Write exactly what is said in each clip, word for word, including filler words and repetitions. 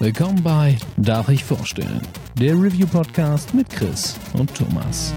Willkommen bei Darf ich vorstellen? Der Review-Podcast mit Chris und Thomas.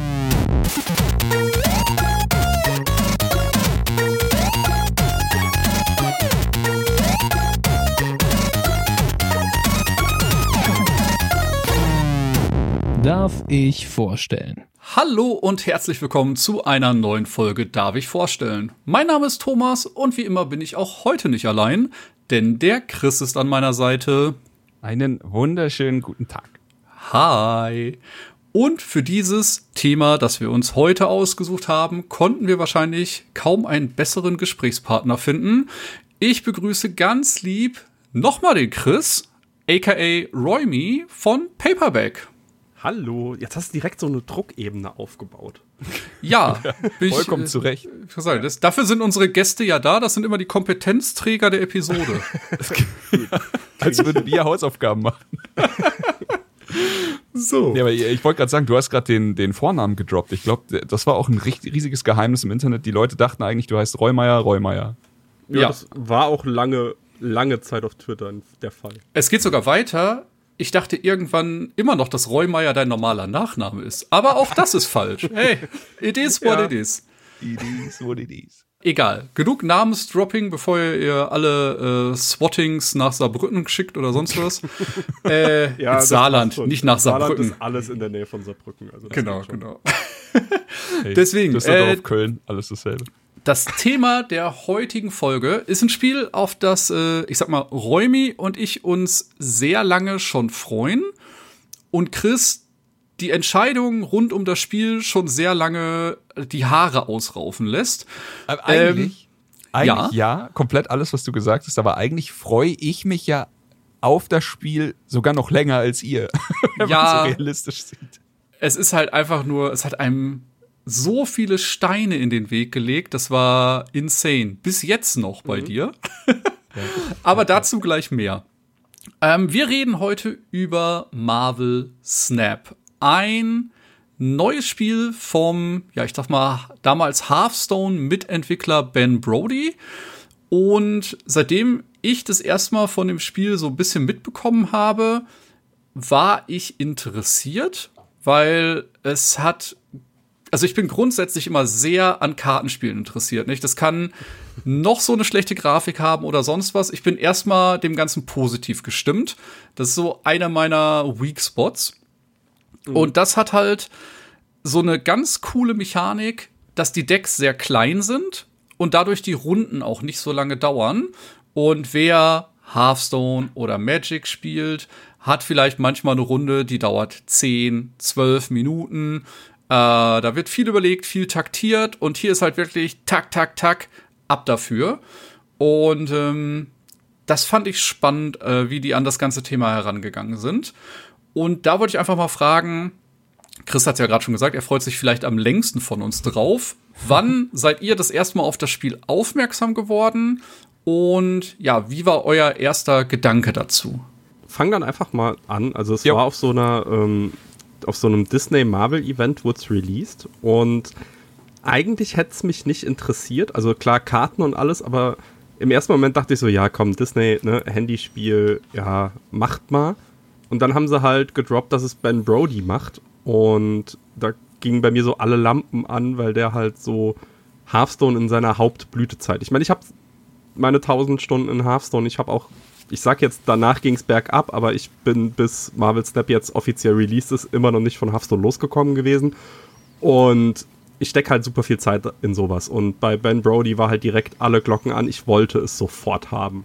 Darf ich vorstellen? Hallo und herzlich willkommen zu einer neuen Folge Darf ich vorstellen? Mein Name ist Thomas und wie immer bin ich auch heute nicht allein, denn der Chris ist an meiner Seite. Einen wunderschönen guten Tag. Hi. Und für dieses Thema, das wir uns heute ausgesucht haben, konnten wir wahrscheinlich kaum einen besseren Gesprächspartner finden. Ich begrüße ganz lieb nochmal den Chris, aka Royme von Paperback. Hallo, jetzt hast du direkt so eine Druckebene aufgebaut. Ja, bin vollkommen ich, zurecht. Ich sagen, das, dafür sind unsere Gäste ja da, das sind immer die Kompetenzträger der Episode. Als würden wir Hausaufgaben machen. So. Ja, aber ich wollte gerade sagen, du hast gerade den, den Vornamen gedroppt. Ich glaube, das war auch ein richtig riesiges Geheimnis im Internet. Die Leute dachten eigentlich, du heißt Roymeier, Roymeier. Ja, Ja. das war auch lange, lange Zeit auf Twitter der Fall. Es geht sogar weiter. Ich dachte irgendwann immer noch, dass Roymeier dein normaler Nachname ist. Aber auch das ist falsch. Hey, it is what Ja. it is. It is what it is. Egal. Genug Namensdropping, bevor ihr alle äh, Swattings nach Saarbrücken schickt oder sonst was. äh, Ja, ins das Saarland, passt schon. nicht nach Saarland Saarbrücken. ist alles in der Nähe von Saarbrücken. Also das Genau, geht schon. genau. Hey, Deswegen, Düsseldorf, äh, Köln, alles dasselbe. Das Thema der heutigen Folge ist ein Spiel, auf das, äh, ich sag mal, Royme und ich uns sehr lange schon freuen. Und Chris die Entscheidung rund um das Spiel schon sehr lange die Haare ausraufen lässt. Aber eigentlich, Ähm, eigentlich ja. ja, komplett alles, was du gesagt hast. Aber eigentlich freue ich mich ja auf das Spiel sogar noch länger als ihr. Wenn Ja. man so realistisch sieht. Es ist halt einfach nur, es hat einem so viele Steine in den Weg gelegt, das war insane. Bis jetzt noch bei Mhm. dir. Aber dazu gleich mehr. Ähm, wir reden heute über Marvel Snap. Ein neues Spiel vom, ja, ich sag mal, damals Hearthstone-Mitentwickler Ben Brody. Und seitdem ich das erste Mal von dem Spiel so ein bisschen mitbekommen habe, war ich interessiert, weil es hat, also ich bin grundsätzlich immer sehr an Kartenspielen interessiert, nicht? Das kann noch so eine schlechte Grafik haben oder sonst was. Ich bin erstmal dem Ganzen positiv gestimmt. Das ist so einer meiner Weak Spots. Und das hat halt so eine ganz coole Mechanik, dass die Decks sehr klein sind und dadurch die Runden auch nicht so lange dauern. Und wer Hearthstone oder Magic spielt, hat vielleicht manchmal eine Runde, die dauert zehn, zwölf Minuten. Äh, da wird viel überlegt, viel taktiert und hier ist halt wirklich tak, tak, tak, ab dafür. Und ähm, das fand ich spannend, äh, wie die an das ganze Thema herangegangen sind. Und da wollte ich einfach mal fragen, Chris hat es ja gerade schon gesagt, er freut sich vielleicht am längsten von uns drauf. Wann seid ihr das erste Mal auf das Spiel aufmerksam geworden? Und ja, wie war euer erster Gedanke dazu? Fang dann einfach mal an. Also es Jo. war auf so einer, ähm, auf so einem Disney-Marvel-Event wurde es released. Und eigentlich hätte es mich nicht interessiert. Also klar, Karten und alles, aber im ersten Moment dachte ich so, ja komm, Disney, ne, Handyspiel, ja, macht mal. Und dann haben sie halt gedroppt, dass es Ben Brody macht. Und da gingen bei mir so alle Lampen an, weil der halt so Hearthstone in seiner Hauptblütezeit. Ich meine, ich habe meine tausend Stunden in Hearthstone. Ich habe auch, ich sag jetzt, danach ging es bergab, aber ich bin bis Marvel Snap jetzt offiziell released ist, immer noch nicht von Hearthstone losgekommen gewesen. Und ich stecke halt super viel Zeit in sowas. Und bei Ben Brody war halt direkt alle Glocken an. Ich wollte es sofort haben.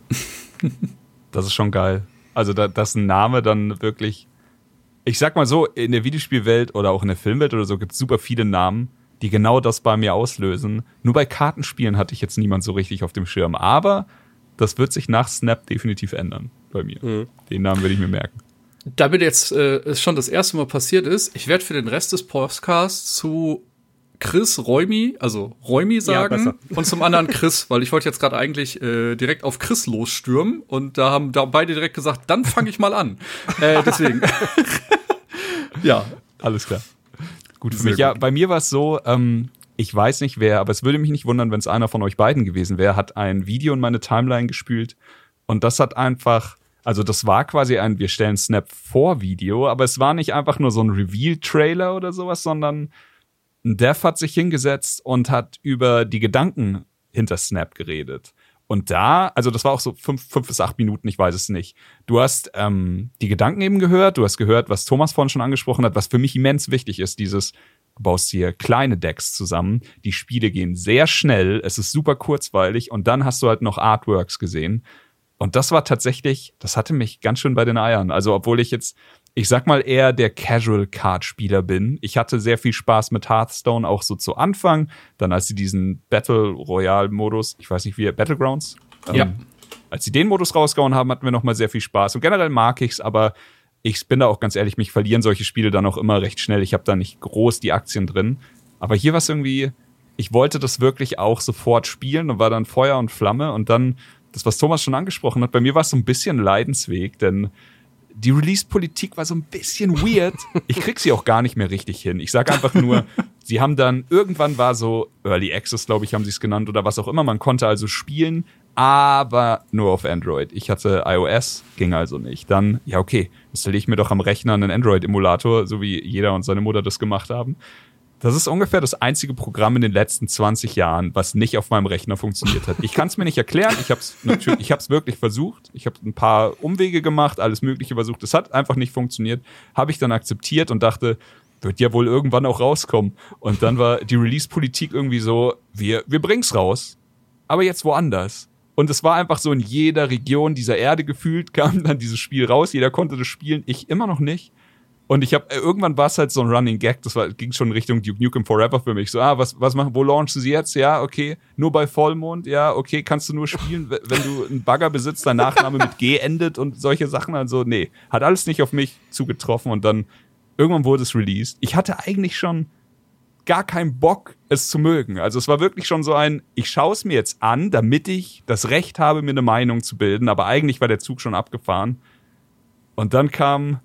Das ist schon geil. Also, da, dass ein Name dann wirklich, ich sag mal so, in der Videospielwelt oder auch in der Filmwelt oder so gibt es super viele Namen, die genau das bei mir auslösen. Nur bei Kartenspielen hatte ich jetzt niemand so richtig auf dem Schirm. Aber das wird sich nach Snap definitiv ändern bei mir. Mhm. Den Namen werde ich mir merken. Damit jetzt äh, es schon das erste Mal passiert ist, ich werde für den Rest des Podcasts zu Chris Royme, also Royme sagen, besser. und zum anderen Chris, weil ich wollte jetzt gerade eigentlich äh, direkt auf Chris losstürmen und da haben da beide direkt gesagt, dann fange ich mal an. äh, deswegen. Ja. Alles klar. Gut für Sehr mich. Ja, gut. bei mir war es so, ähm, ich weiß nicht wer, aber es würde mich nicht wundern, wenn es einer von euch beiden gewesen wäre, hat ein Video in meine Timeline gespült und das hat einfach Also das war quasi ein Wir stellen Snap vor Video, aber es war nicht einfach nur so ein Reveal-Trailer oder sowas, sondern ein Dev hat sich hingesetzt und hat über die Gedanken hinter Snap geredet. Und da, also das war auch so fünf, fünf bis acht Minuten, ich weiß es nicht. Du hast ähm, die Gedanken eben gehört, du hast gehört, was Thomas vorhin schon angesprochen hat, was für mich immens wichtig ist, dieses, du baust hier kleine Decks zusammen, die Spiele gehen sehr schnell, es ist super kurzweilig und dann hast du halt noch Artworks gesehen. Und das war tatsächlich, das hatte mich ganz schön bei den Eiern. Also obwohl ich jetzt, ich sag mal eher der Casual-Card-Spieler bin. Ich hatte sehr viel Spaß mit Hearthstone, auch so zu Anfang. Dann als sie diesen Battle-Royale-Modus, ich weiß nicht wie, Battlegrounds? Ja. Ähm, als sie den Modus rausgehauen haben, hatten wir noch mal sehr viel Spaß. Und generell mag ich's, aber ich bin da auch ganz ehrlich, mich verlieren solche Spiele dann auch immer recht schnell. Ich habe da nicht groß die Aktien drin. Aber hier war es irgendwie, ich wollte das wirklich auch sofort spielen und war dann Feuer und Flamme. Und dann, das, was Thomas schon angesprochen hat, bei mir war es so ein bisschen ein Leidensweg, denn die Release-Politik war so ein bisschen weird. Ich krieg sie auch gar nicht mehr richtig hin. Ich sage einfach nur, sie haben dann, irgendwann war so Early Access, glaube ich, haben sie es genannt oder was auch immer. Man konnte also spielen, aber nur auf Android. Ich hatte iOS, ging also nicht. Dann, ja okay, installiere ich mir doch am Rechner einen Android-Emulator, so wie jeder und seine Mutter das gemacht haben. Das ist ungefähr das einzige Programm in den letzten zwanzig Jahren, was nicht auf meinem Rechner funktioniert hat. Ich kann es mir nicht erklären. Ich habe es natürlich, ich habe es wirklich versucht. Ich habe ein paar Umwege gemacht, alles Mögliche versucht. Es hat einfach nicht funktioniert. Habe ich dann akzeptiert und dachte, wird ja wohl irgendwann auch rauskommen. Und dann war die Release-Politik irgendwie so, wir, wir bringen's raus, aber jetzt woanders. Und es war einfach so, in jeder Region dieser Erde gefühlt kam dann dieses Spiel raus. Jeder konnte das spielen, ich immer noch nicht. Und ich habe irgendwann war es halt so ein Running Gag, das war, ging schon in Richtung Duke Nukem Forever für mich. So, ah, was, was machen, wo launchen sie jetzt? Ja, okay, nur bei Vollmond, ja, okay, kannst du nur spielen, wenn du einen Bagger besitzt, dein Nachname mit G endet und solche Sachen. Also, nee, hat alles nicht auf mich zugetroffen und dann irgendwann wurde es released. Ich hatte eigentlich schon gar keinen Bock, es zu mögen. Also es war wirklich schon so ein, ich schaue es mir jetzt an, damit ich das Recht habe, mir eine Meinung zu bilden, aber eigentlich war der Zug schon abgefahren. Und dann kam,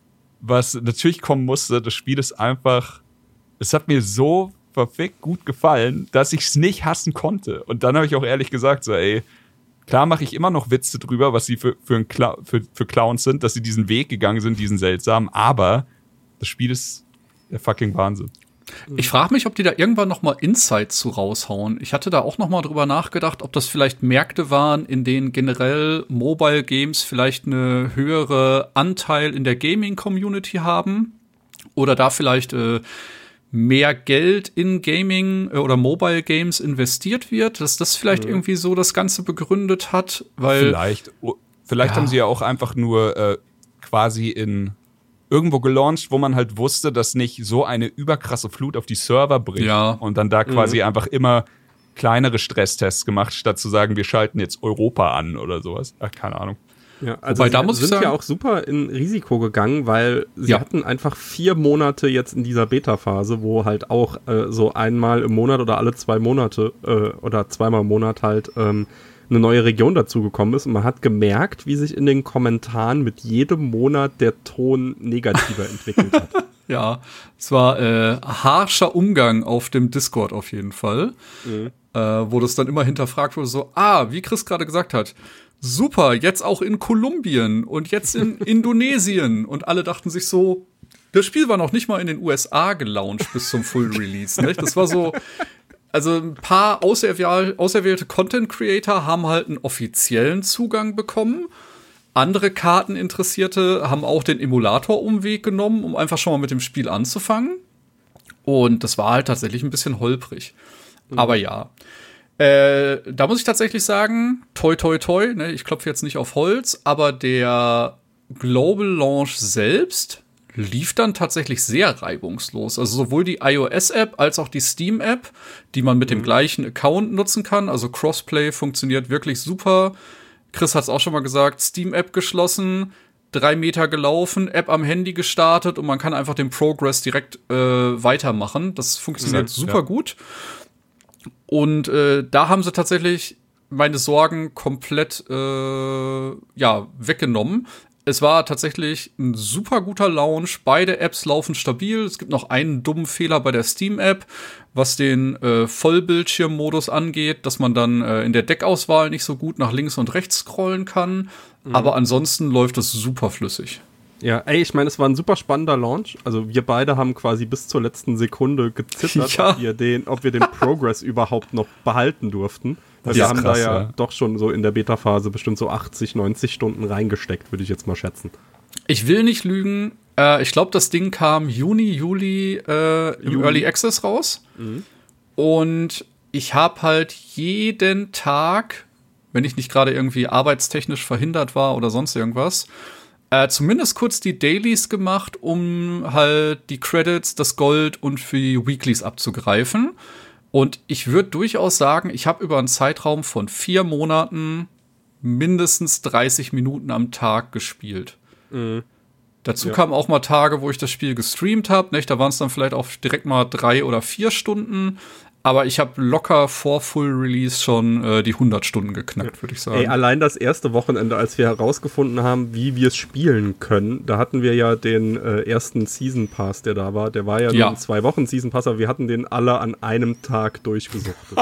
was natürlich kommen musste, das Spiel ist einfach, es hat mir so verfickt gut gefallen, dass ich es nicht hassen konnte. Und dann habe ich auch ehrlich gesagt, so ey, klar mache ich immer noch Witze drüber, was sie für, für, ein Cla- für, für Clowns sind, dass sie diesen Weg gegangen sind, diesen seltsamen, aber das Spiel ist der fucking Wahnsinn. Ich frage mich, ob die da irgendwann noch mal Insights zu raushauen. Ich hatte da auch noch mal drüber nachgedacht, ob das vielleicht Märkte waren, in denen generell Mobile Games vielleicht eine höhere Anteil in der Gaming-Community haben oder da vielleicht äh, mehr Geld in Gaming äh, oder Mobile Games investiert wird, dass das vielleicht ja. irgendwie so das Ganze begründet hat, weil vielleicht, vielleicht ja. haben sie ja auch einfach nur äh, quasi in irgendwo gelauncht, wo man halt wusste, dass nicht so eine überkrasse Flut auf die Server bringt. Ja. Und dann da quasi mhm. einfach immer kleinere Stresstests gemacht, statt zu sagen, wir schalten jetzt Europa an oder sowas. Ach, keine Ahnung. Ja, also Wobei, sie da muss sind ich sagen, ja auch super in Risiko gegangen, weil sie ja. hatten einfach vier Monate jetzt in dieser Beta-Phase, wo halt auch äh, so einmal im Monat oder alle zwei Monate äh, oder zweimal im Monat halt ähm, eine neue Region dazugekommen ist und man hat gemerkt, wie sich in den Kommentaren mit jedem Monat der Ton negativer entwickelt hat. Ja, es war äh, harscher Umgang auf dem Discord auf jeden Fall, mhm. äh, wo das dann immer hinterfragt wurde, so, ah, wie Chris gerade gesagt hat, super, jetzt auch in Kolumbien und jetzt in Indonesien und alle dachten sich so, das Spiel war noch nicht mal in den U S A gelauncht bis zum Full Release, ne? Das war so, also ein paar auserwähl- auserwählte Content-Creator haben halt einen offiziellen Zugang bekommen. Andere Karteninteressierte haben auch den Emulator-Umweg genommen, um einfach schon mal mit dem Spiel anzufangen. Und das war halt tatsächlich ein bisschen holprig. Mhm. Aber ja. Äh, da muss ich tatsächlich sagen, toi toi toi, ne, ich klopfe jetzt nicht auf Holz, aber der Global Launch selbst lief dann tatsächlich sehr reibungslos. Also sowohl die iOS-App als auch die Steam-App, die man mit mhm. dem gleichen Account nutzen kann. Also Crossplay funktioniert wirklich super. Chris hat es auch schon mal gesagt, Steam-App geschlossen, drei Meter gelaufen, App am Handy gestartet und man kann einfach den Progress direkt äh, weitermachen. Das funktioniert ja, super ja. gut. Und äh, da haben sie tatsächlich meine Sorgen komplett äh, ja, weggenommen. Es war tatsächlich ein super guter Launch. Beide Apps laufen stabil. Es gibt noch einen dummen Fehler bei der Steam-App, was den äh, Vollbildschirm-Modus angeht, dass man dann äh, in der Deckauswahl nicht so gut nach links und rechts scrollen kann. Mhm. Aber ansonsten läuft es super flüssig. Ja, ey, ich meine, es war ein super spannender Launch. Also wir beide haben quasi bis zur letzten Sekunde gezittert, ja. ob, wir den, ob wir den Progress überhaupt noch behalten durften. Weil wir haben krass, da ja, ja doch schon so in der Beta-Phase bestimmt so achtzig, neunzig Stunden reingesteckt, würde ich jetzt mal schätzen. Ich will nicht lügen. Äh, ich glaube, das Ding kam Juni, Juli äh, im Juli. Early Access raus. Mhm. Und ich habe halt jeden Tag, wenn ich nicht gerade irgendwie arbeitstechnisch verhindert war oder sonst irgendwas, Äh, zumindest kurz die Dailies gemacht, um halt die Credits, das Gold und für die Weeklies abzugreifen. Und ich würde durchaus sagen, ich habe über einen Zeitraum von vier Monaten mindestens dreißig Minuten am Tag gespielt. Mhm. Dazu ja. kamen auch mal Tage, wo ich das Spiel gestreamt habe. Da waren es dann vielleicht auch direkt mal drei oder vier Stunden. Aber ich habe locker vor Full Release schon äh, die hundert Stunden geknackt, würde ich sagen. Ey, allein das erste Wochenende, als wir herausgefunden haben, wie wir es spielen können, da hatten wir ja den äh, ersten Season Pass, der da war. Der war ja, ja. nur ein zwei Wochen Season Pass, aber wir hatten den alle an einem Tag durchgesuchtet.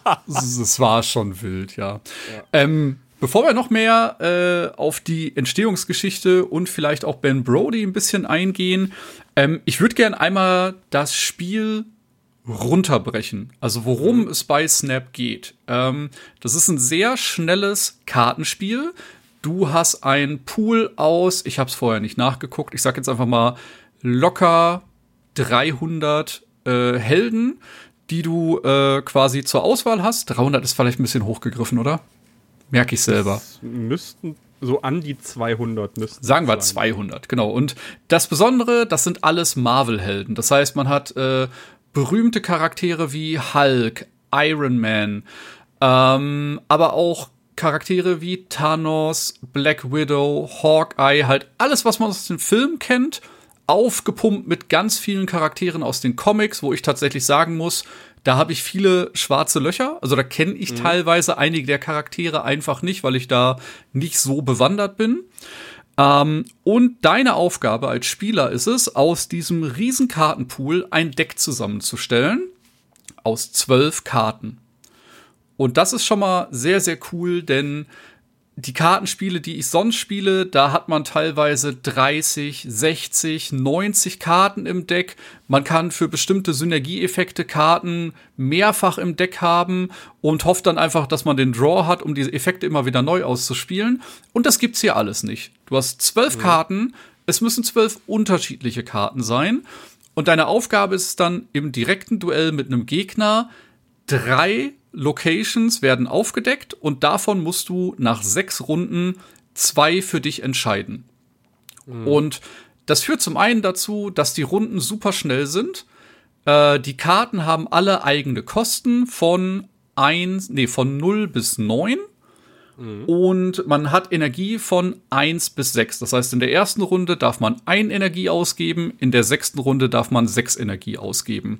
Es war schon wild, ja. ja. Ähm, bevor wir noch mehr äh, auf die Entstehungsgeschichte und vielleicht auch Ben Brody ein bisschen eingehen, ähm, ich würde gerne einmal das Spiel runterbrechen. Also worum mhm. es bei Snap geht. Ähm, das ist ein sehr schnelles Kartenspiel. Du hast einen Pool aus, ich habe es vorher nicht nachgeguckt, ich sag jetzt einfach mal locker dreihundert äh, Helden, die du äh, quasi zur Auswahl hast. dreihundert ist vielleicht ein bisschen hochgegriffen, oder? Merke ich selber. Das müssten so an die zweihundert müssten. Sagen wir zweihundert, genau. Und das Besondere, das sind alles Marvel-Helden. Das heißt, man hat äh, berühmte Charaktere wie Hulk, Iron Man, ähm, aber auch Charaktere wie Thanos, Black Widow, Hawkeye, halt alles, was man aus den Filmen kennt, aufgepumpt mit ganz vielen Charakteren aus den Comics, wo ich tatsächlich sagen muss, da habe ich viele schwarze Löcher. Also da kenne ich mhm. teilweise einige der Charaktere einfach nicht, weil ich da nicht so bewandert bin. Um, und deine Aufgabe als Spieler ist es, aus diesem riesen Kartenpool ein Deck zusammenzustellen aus zwölf Karten. Und das ist schon mal sehr, sehr cool, denn die Kartenspiele, die ich sonst spiele, da hat man teilweise dreißig, sechzig, neunzig Karten im Deck. Man kann für bestimmte Synergieeffekte Karten mehrfach im Deck haben und hofft dann einfach, dass man den Draw hat, um diese Effekte immer wieder neu auszuspielen. Und das gibt's hier alles nicht. Du hast zwölf mhm. Karten, es müssen zwölf unterschiedliche Karten sein. Und deine Aufgabe ist es dann im direkten Duell mit einem Gegner, drei Locations werden aufgedeckt und davon musst du nach sechs Runden zwei für dich entscheiden. Mhm. Und das führt zum einen dazu, dass die Runden super schnell sind. Äh, die Karten haben alle eigene Kosten von eins, nee, von null bis neun. Mhm. Und man hat Energie von eins bis sechs. Das heißt, in der ersten Runde darf man ein Energie ausgeben, in der sechsten Runde darf man sechs Energie ausgeben.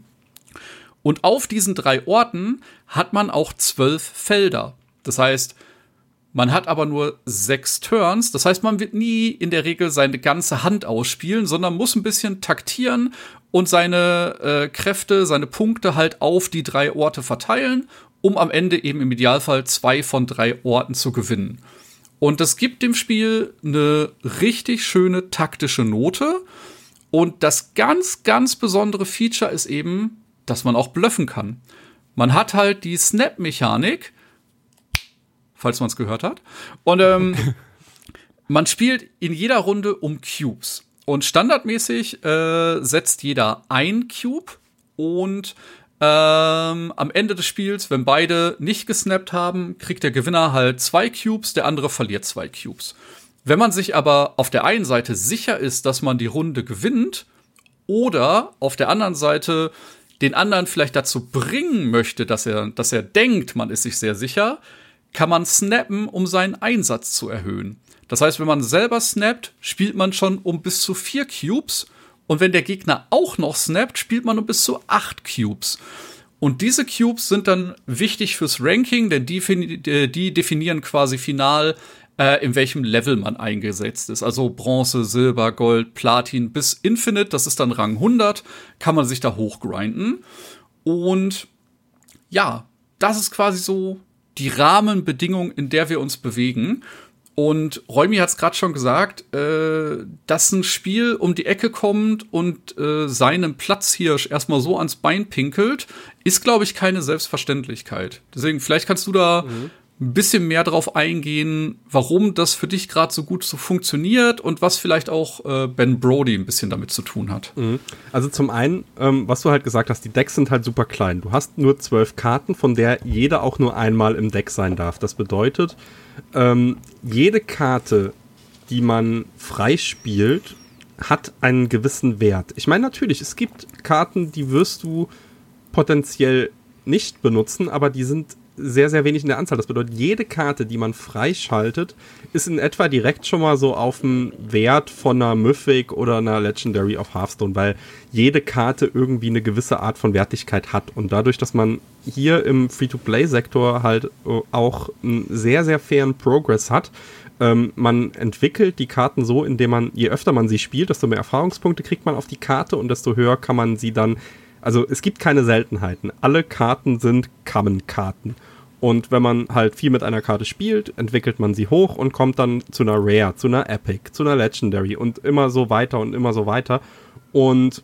Und auf diesen drei Orten hat man auch zwölf Felder. Das heißt, man hat aber nur sechs Turns. Das heißt, man wird nie in der Regel seine ganze Hand ausspielen, sondern muss ein bisschen taktieren und seine äh, Kräfte, seine Punkte halt auf die drei Orte verteilen, um am Ende eben im Idealfall zwei von drei Orten zu gewinnen. Und das gibt dem Spiel eine richtig schöne taktische Note. Und das ganz, ganz besondere Feature ist eben, dass man auch bluffen kann. Man hat halt die Snap-Mechanik, falls man es gehört hat. Und ähm, man spielt in jeder Runde um Cubes. Und standardmäßig äh, setzt jeder ein Cube. Und ähm, am Ende des Spiels, wenn beide nicht gesnappt haben, kriegt der Gewinner halt zwei Cubes, der andere verliert zwei Cubes. Wenn man sich aber auf der einen Seite sicher ist, dass man die Runde gewinnt, oder auf der anderen Seite den anderen vielleicht dazu bringen möchte, dass er, dass er denkt, man ist sich sehr sicher, kann man snappen, um seinen Einsatz zu erhöhen. Das heißt, wenn man selber snappt, spielt man schon um bis zu vier Cubes. Und wenn der Gegner auch noch snappt, spielt man um bis zu acht Cubes. Und diese Cubes sind dann wichtig fürs Ranking, denn die, die definieren quasi final, äh, in welchem Level man eingesetzt ist. Also Bronze, Silber, Gold, Platin bis Infinite, das ist dann Rang hundert, kann man sich da hochgrinden. Und ja, das ist quasi so die Rahmenbedingung, in der wir uns bewegen. Und Räumi hat es gerade schon gesagt, äh, dass ein Spiel um die Ecke kommt und äh, seinem Platzhirsch erstmal so ans Bein pinkelt, ist, glaube ich, keine Selbstverständlichkeit. Deswegen, vielleicht kannst du da mhm. ein bisschen mehr drauf eingehen, warum das für dich gerade so gut so funktioniert und was vielleicht auch äh, Ben Brody ein bisschen damit zu tun hat. Mhm. Also zum einen, ähm, was du halt gesagt hast, die Decks sind halt super klein. Du hast nur zwölf Karten, von der jede auch nur einmal im Deck sein darf. Das bedeutet, ähm, jede Karte, die man freispielt, hat einen gewissen Wert. Ich meine, natürlich, es gibt Karten, die wirst du potenziell nicht benutzen, aber die sind sehr, sehr wenig in der Anzahl. Das bedeutet, jede Karte, die man freischaltet, ist in etwa direkt schon mal so auf dem Wert von einer Mythic oder einer Legendary of Hearthstone, weil jede Karte irgendwie eine gewisse Art von Wertigkeit hat. Und dadurch, dass man hier im Free-to-Play-Sektor halt auch einen sehr, sehr fairen Progress hat, ähm, man entwickelt die Karten so, indem man, je öfter man sie spielt, desto mehr Erfahrungspunkte kriegt man auf die Karte und desto höher kann man sie dann. Also es gibt keine Seltenheiten. Alle Karten sind Common-Karten. Und wenn man halt viel mit einer Karte spielt, entwickelt man sie hoch und kommt dann zu einer Rare, zu einer Epic, zu einer Legendary und immer so weiter und immer so weiter. Und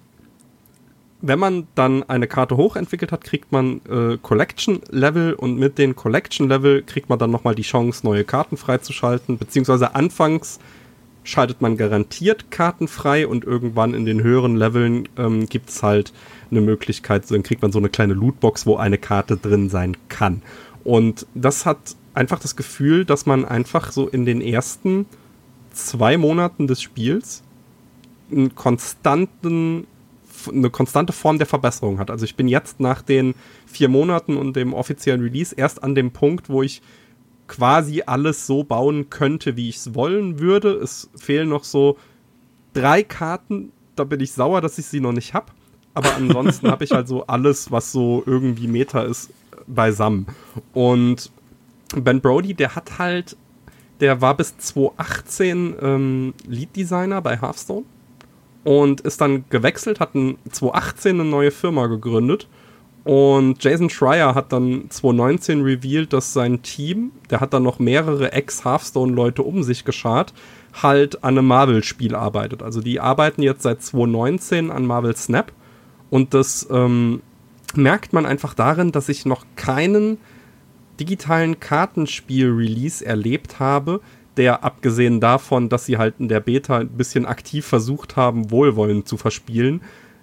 wenn man dann eine Karte hochentwickelt hat, kriegt man äh, Collection-Level und mit den Collection-Level kriegt man dann nochmal die Chance, neue Karten freizuschalten, beziehungsweise anfangs schaltet man garantiert Karten frei und irgendwann in den höheren Leveln ähm, gibt es halt eine Möglichkeit, dann kriegt man so eine kleine Lootbox, wo eine Karte drin sein kann. Und das hat einfach das Gefühl, dass man einfach so in den ersten zwei Monaten des Spiels einen konstanten, eine konstante Form der Verbesserung hat. Also ich bin jetzt nach den vier Monaten und dem offiziellen Release erst an dem Punkt, wo ich quasi alles so bauen könnte, wie ich es wollen würde. Es fehlen noch so drei Karten, da bin ich sauer, dass ich sie noch nicht habe. Aber ansonsten habe ich halt so alles, was so irgendwie Meta ist, beisammen. Und Ben Brody, der hat halt, der war bis zwanzig achtzehn ähm, Lead-Designer bei Hearthstone und ist dann gewechselt, hat in zwanzig achtzehn eine neue Firma gegründet. Und Jason Schreier hat dann zwanzig neunzehn revealed, dass sein Team, der hat dann noch mehrere Ex-Hearthstone-Leute um sich geschart, halt an einem Marvel-Spiel arbeitet. Also die arbeiten jetzt seit zwanzig neunzehn an Marvel Snap. Und das ähm, merkt man einfach darin, dass ich noch keinen digitalen Kartenspiel-Release erlebt habe, der abgesehen davon, dass sie halt in der Beta ein bisschen aktiv versucht haben, Wohlwollen zu verspielen,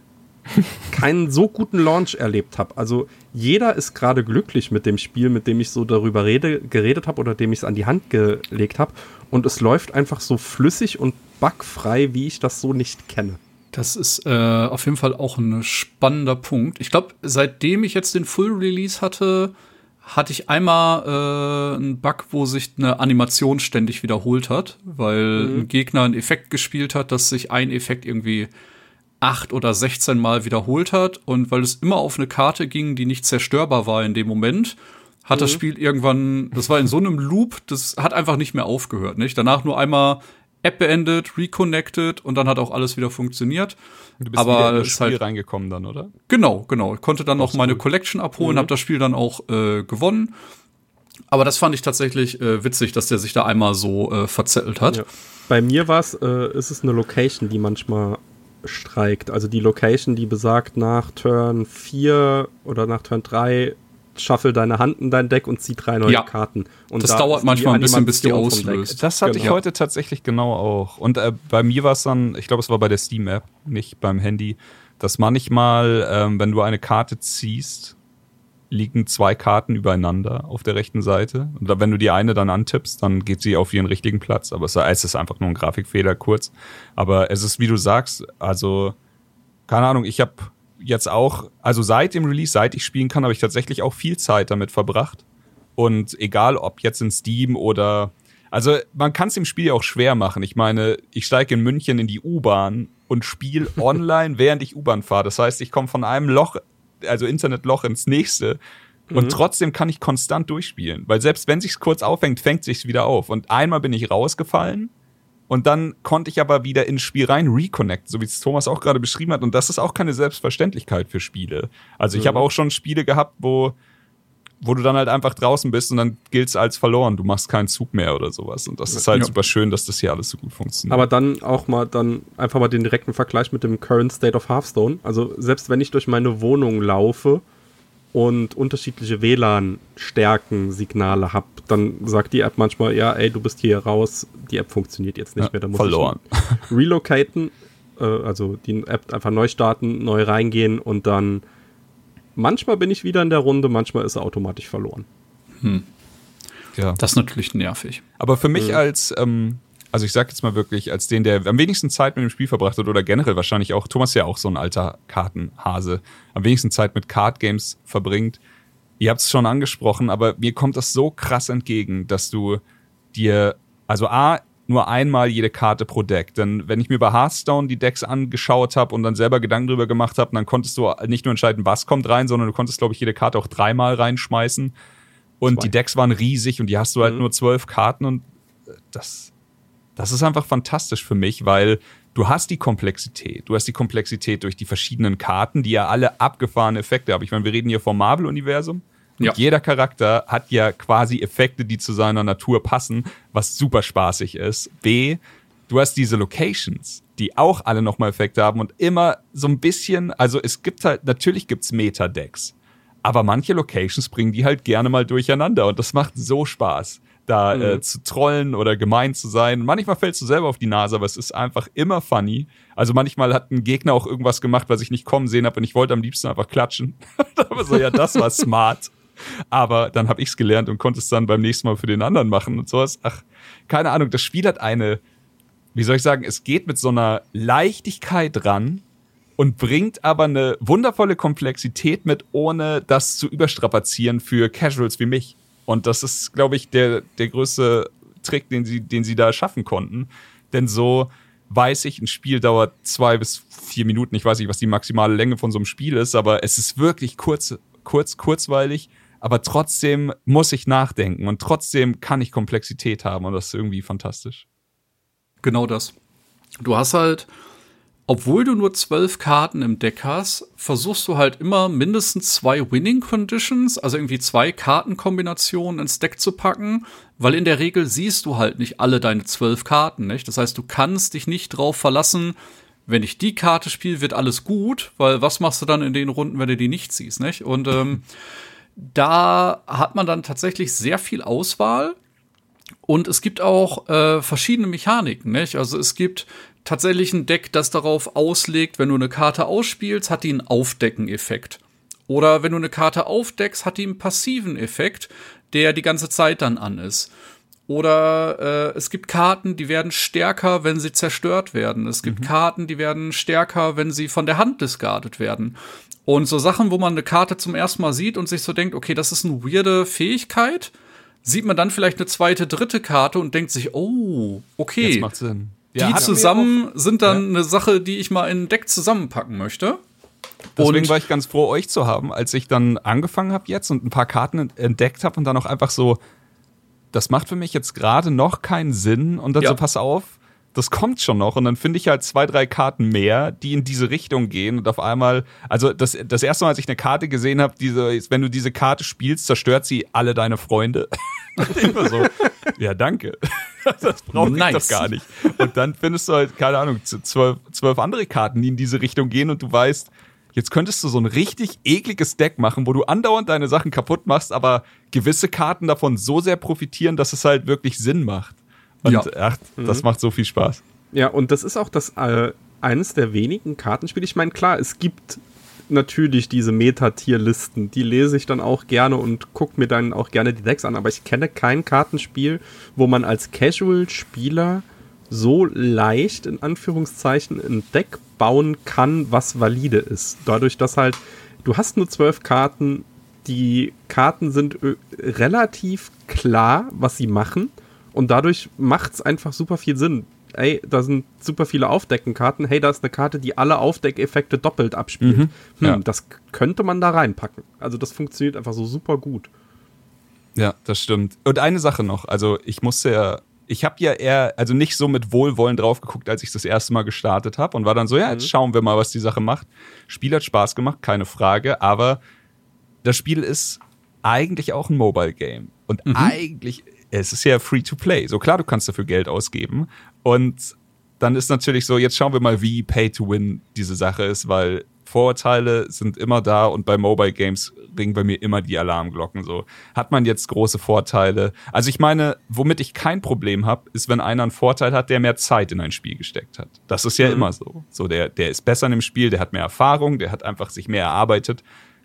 keinen so guten Launch erlebt habe. Also jeder ist gerade glücklich mit dem Spiel, mit dem ich so darüber rede, geredet habe oder dem ich es an die Hand gelegt habe. Und es läuft einfach so flüssig und bugfrei, wie ich das so nicht kenne. Das ist äh, auf jeden Fall auch ein spannender Punkt. Ich glaube, seitdem ich jetzt den Full Release hatte, hatte ich einmal äh, einen Bug, wo sich eine Animation ständig wiederholt hat, weil mhm. ein Gegner einen Effekt gespielt hat, dass sich ein Effekt irgendwie acht oder sechzehn Mal wiederholt hat. Und weil es immer auf eine Karte ging, die nicht zerstörbar war in dem Moment, hat mhm. das Spiel irgendwann, das war in so einem Loop, das hat einfach nicht mehr aufgehört. Nicht? Danach nur einmal App beendet, reconnected und dann hat auch alles wieder funktioniert. Du bist aber wieder in das ist Spiel halt reingekommen dann, oder? Genau, genau. Ich konnte dann noch meine cool. Collection abholen, Mhm. habe das Spiel dann auch äh, gewonnen. Aber das fand ich tatsächlich äh, witzig, dass der sich da einmal so äh, verzettelt hat. Ja. Bei mir war es, äh, ist es eine Location, die manchmal streikt. Also die Location, die besagt, nach Turn vier oder nach Turn drei shuffle deine Hand in dein Deck und zieh drei neue Ja. Karten. Und Das da dauert ist die manchmal ein bisschen, bis die Animation vom Deck. auslöst. Das hatte Genau. ich heute tatsächlich genau auch. Und äh, bei mir war es dann, ich glaube, es war bei der Steam-App, nicht beim Handy, dass manchmal, ähm, wenn du eine Karte ziehst, liegen zwei Karten übereinander auf der rechten Seite. Und da, wenn du die eine dann antippst, dann geht sie auf ihren richtigen Platz. Aber es, es ist einfach nur ein Grafikfehler, kurz. Aber es ist, wie du sagst, also, keine Ahnung, ich habe jetzt auch, also seit dem Release, seit ich spielen kann, habe ich tatsächlich auch viel Zeit damit verbracht. Und egal, ob jetzt in Steam oder, also man kann es im Spiel auch schwer machen. Ich meine, ich steige in München in die U-Bahn und spiele online, während ich U-Bahn fahre. Das heißt, ich komme von einem Loch, also Internetloch ins nächste. Und Mhm. trotzdem kann ich konstant durchspielen. Weil selbst wenn sich's kurz aufhängt, fängt sich's wieder auf. Und einmal bin ich rausgefallen. Und dann konnte ich aber wieder ins Spiel rein reconnecten, so wie es Thomas auch gerade beschrieben hat. Und das ist auch keine Selbstverständlichkeit für Spiele. Also ich Mhm. habe auch schon Spiele gehabt, wo wo du dann halt einfach draußen bist und dann gilt's als verloren. Du machst keinen Zug mehr oder sowas. Und das ist halt ja. super schön, dass das hier alles so gut funktioniert. Aber dann auch mal dann einfach mal den direkten Vergleich mit dem Current State of Hearthstone. Also selbst wenn ich durch meine Wohnung laufe und unterschiedliche W L A N-Stärken-Signale habe, dann sagt die App manchmal, ja, ey, du bist hier raus, die App funktioniert jetzt nicht ja, mehr. Da muss verloren. Ich relocaten, äh, also die App einfach neu starten, neu reingehen und dann manchmal bin ich wieder in der Runde, manchmal ist er automatisch verloren. Hm. Ja. Das ist natürlich nervig. Aber für mich Mhm. als, ähm, also ich sag jetzt mal wirklich, als den, der am wenigsten Zeit mit dem Spiel verbracht hat oder generell wahrscheinlich auch, Thomas ist ja auch so ein alter Kartenhase, am wenigsten Zeit mit Card Games verbringt. Ihr habt es schon angesprochen, aber mir kommt das so krass entgegen, dass du dir, also A, nur einmal jede Karte pro Deck. Denn wenn ich mir bei Hearthstone die Decks angeschaut habe und dann selber Gedanken drüber gemacht habe, dann konntest du nicht nur entscheiden, was kommt rein, sondern du konntest, glaube ich, jede Karte auch dreimal reinschmeißen. Und Zwei. Die Decks waren riesig und die hast du halt mhm. nur zwölf Karten und das, das ist einfach fantastisch für mich, weil du hast die Komplexität. Du hast die Komplexität durch die verschiedenen Karten, die ja alle abgefahrene Effekte haben. Ich meine, wir reden hier vom Marvel-Universum. Und ja. jeder Charakter hat ja quasi Effekte, die zu seiner Natur passen, was super spaßig ist. B, du hast diese Locations, die auch alle nochmal Effekte haben und immer so ein bisschen, also es gibt halt, natürlich gibt's Meta-Decks, aber manche Locations bringen die halt gerne mal durcheinander und das macht so Spaß, da mhm. äh, zu trollen oder gemein zu sein. Manchmal fällst du selber auf die Nase, aber es ist einfach immer funny. Also manchmal hat ein Gegner auch irgendwas gemacht, was ich nicht kommen sehen habe und ich wollte am liebsten einfach klatschen. Aber so, ja, das war smart. Aber dann habe ich es gelernt und konnte es dann beim nächsten Mal für den anderen machen und sowas. Ach, keine Ahnung, das Spiel hat eine, wie soll ich sagen, es geht mit so einer Leichtigkeit ran und bringt aber eine wundervolle Komplexität mit, ohne das zu überstrapazieren für Casuals wie mich. Und das ist, glaube ich, der, der größte Trick, den sie, den sie da schaffen konnten. Denn so weiß ich, ein Spiel dauert zwei bis vier Minuten. Ich weiß nicht, was die maximale Länge von so einem Spiel ist, aber es ist wirklich kurz, kurz, kurzweilig. Aber trotzdem muss ich nachdenken und trotzdem kann ich Komplexität haben und das ist irgendwie fantastisch. Genau das. Du hast halt, obwohl du nur zwölf Karten im Deck hast, versuchst du halt immer mindestens zwei Winning Conditions, also irgendwie zwei Kartenkombinationen ins Deck zu packen, weil in der Regel siehst du halt nicht alle deine zwölf Karten, nicht? Das heißt, du kannst dich nicht drauf verlassen, wenn ich die Karte spiele, wird alles gut, weil was machst du dann in den Runden, wenn du die nicht siehst, nicht? Und ähm, da hat man dann tatsächlich sehr viel Auswahl und es gibt auch äh, verschiedene Mechaniken, nicht? Also es gibt tatsächlich ein Deck, das darauf auslegt, wenn du eine Karte ausspielst, hat die einen Aufdecken-Effekt. Oder wenn du eine Karte aufdeckst, hat die einen passiven Effekt, der die ganze Zeit dann an ist. Oder äh, es gibt Karten, die werden stärker, wenn sie zerstört werden. Es gibt mhm. Karten, die werden stärker, wenn sie von der Hand discardet werden. Und so Sachen, wo man eine Karte zum ersten Mal sieht und sich so denkt, okay, das ist eine weirde Fähigkeit, sieht man dann vielleicht eine zweite, dritte Karte und denkt sich, oh, okay. Jetzt macht Sinn. Die ja, zusammen sind dann ja. eine Sache, die ich mal in ein Deck zusammenpacken möchte. Deswegen und war ich ganz froh, euch zu haben, als ich dann angefangen habe jetzt und ein paar Karten entdeckt habe und dann auch einfach so, das macht für mich jetzt gerade noch keinen Sinn und dann ja. so, pass auf, das kommt schon noch und dann finde ich halt zwei, drei Karten mehr, die in diese Richtung gehen und auf einmal, also das, das erste Mal, als ich eine Karte gesehen habe, diese, wenn du diese Karte spielst, zerstört sie alle deine Freunde. Immer so, ja, danke. Das brauche ich nice. doch gar nicht. Und dann findest du halt, keine Ahnung, zwölf, zwölf andere Karten, die in diese Richtung gehen und du weißt, jetzt könntest du so ein richtig ekliges Deck machen, wo du andauernd deine Sachen kaputt machst, aber gewisse Karten davon so sehr profitieren, dass es halt wirklich Sinn macht. Und ja. ach, das mhm. macht so viel Spaß. Ja, und das ist auch das äh, eines der wenigen Kartenspiele. Ich meine, klar, es gibt natürlich diese Meta-Tier-Listen, die lese ich dann auch gerne und gucke mir dann auch gerne die Decks an, aber ich kenne kein Kartenspiel, wo man als Casual-Spieler so leicht, in Anführungszeichen, ein Deck bauen kann, was valide ist. Dadurch, dass halt, du hast nur zwölf Karten, die Karten sind ö- relativ klar, was sie machen und dadurch macht es einfach super viel Sinn. Ey, da sind super viele Aufdeckenkarten. Hey, da ist eine Karte, die alle Aufdeckeffekte doppelt abspielt. Mhm, hm, ja. Das könnte man da reinpacken. Also das funktioniert einfach so super gut. Ja, das stimmt. Und eine Sache noch. Also ich musste ja, ich habe ja eher, also nicht so mit Wohlwollen drauf geguckt, als ich das erste Mal gestartet habe und war dann so, ja, jetzt schauen wir mal, was die Sache macht. Spiel hat Spaß gemacht, keine Frage, aber das Spiel ist eigentlich auch ein Mobile-Game. Und mhm. eigentlich, es ist ja Free-to-Play. So klar, du kannst dafür Geld ausgeben. Und dann ist natürlich so, jetzt schauen wir mal, wie Pay-to-Win diese Sache ist, weil Vorurteile sind immer da und bei Mobile Games ringen bei mir immer die Alarmglocken. So, hat man jetzt große Vorteile? Also ich meine, womit ich kein Problem habe, ist, wenn einer einen Vorteil hat, der mehr Zeit in ein Spiel gesteckt hat. Das ist ja mhm. immer so. So, der, der ist besser in dem Spiel, der hat mehr Erfahrung, der hat einfach sich mehr erarbeitet.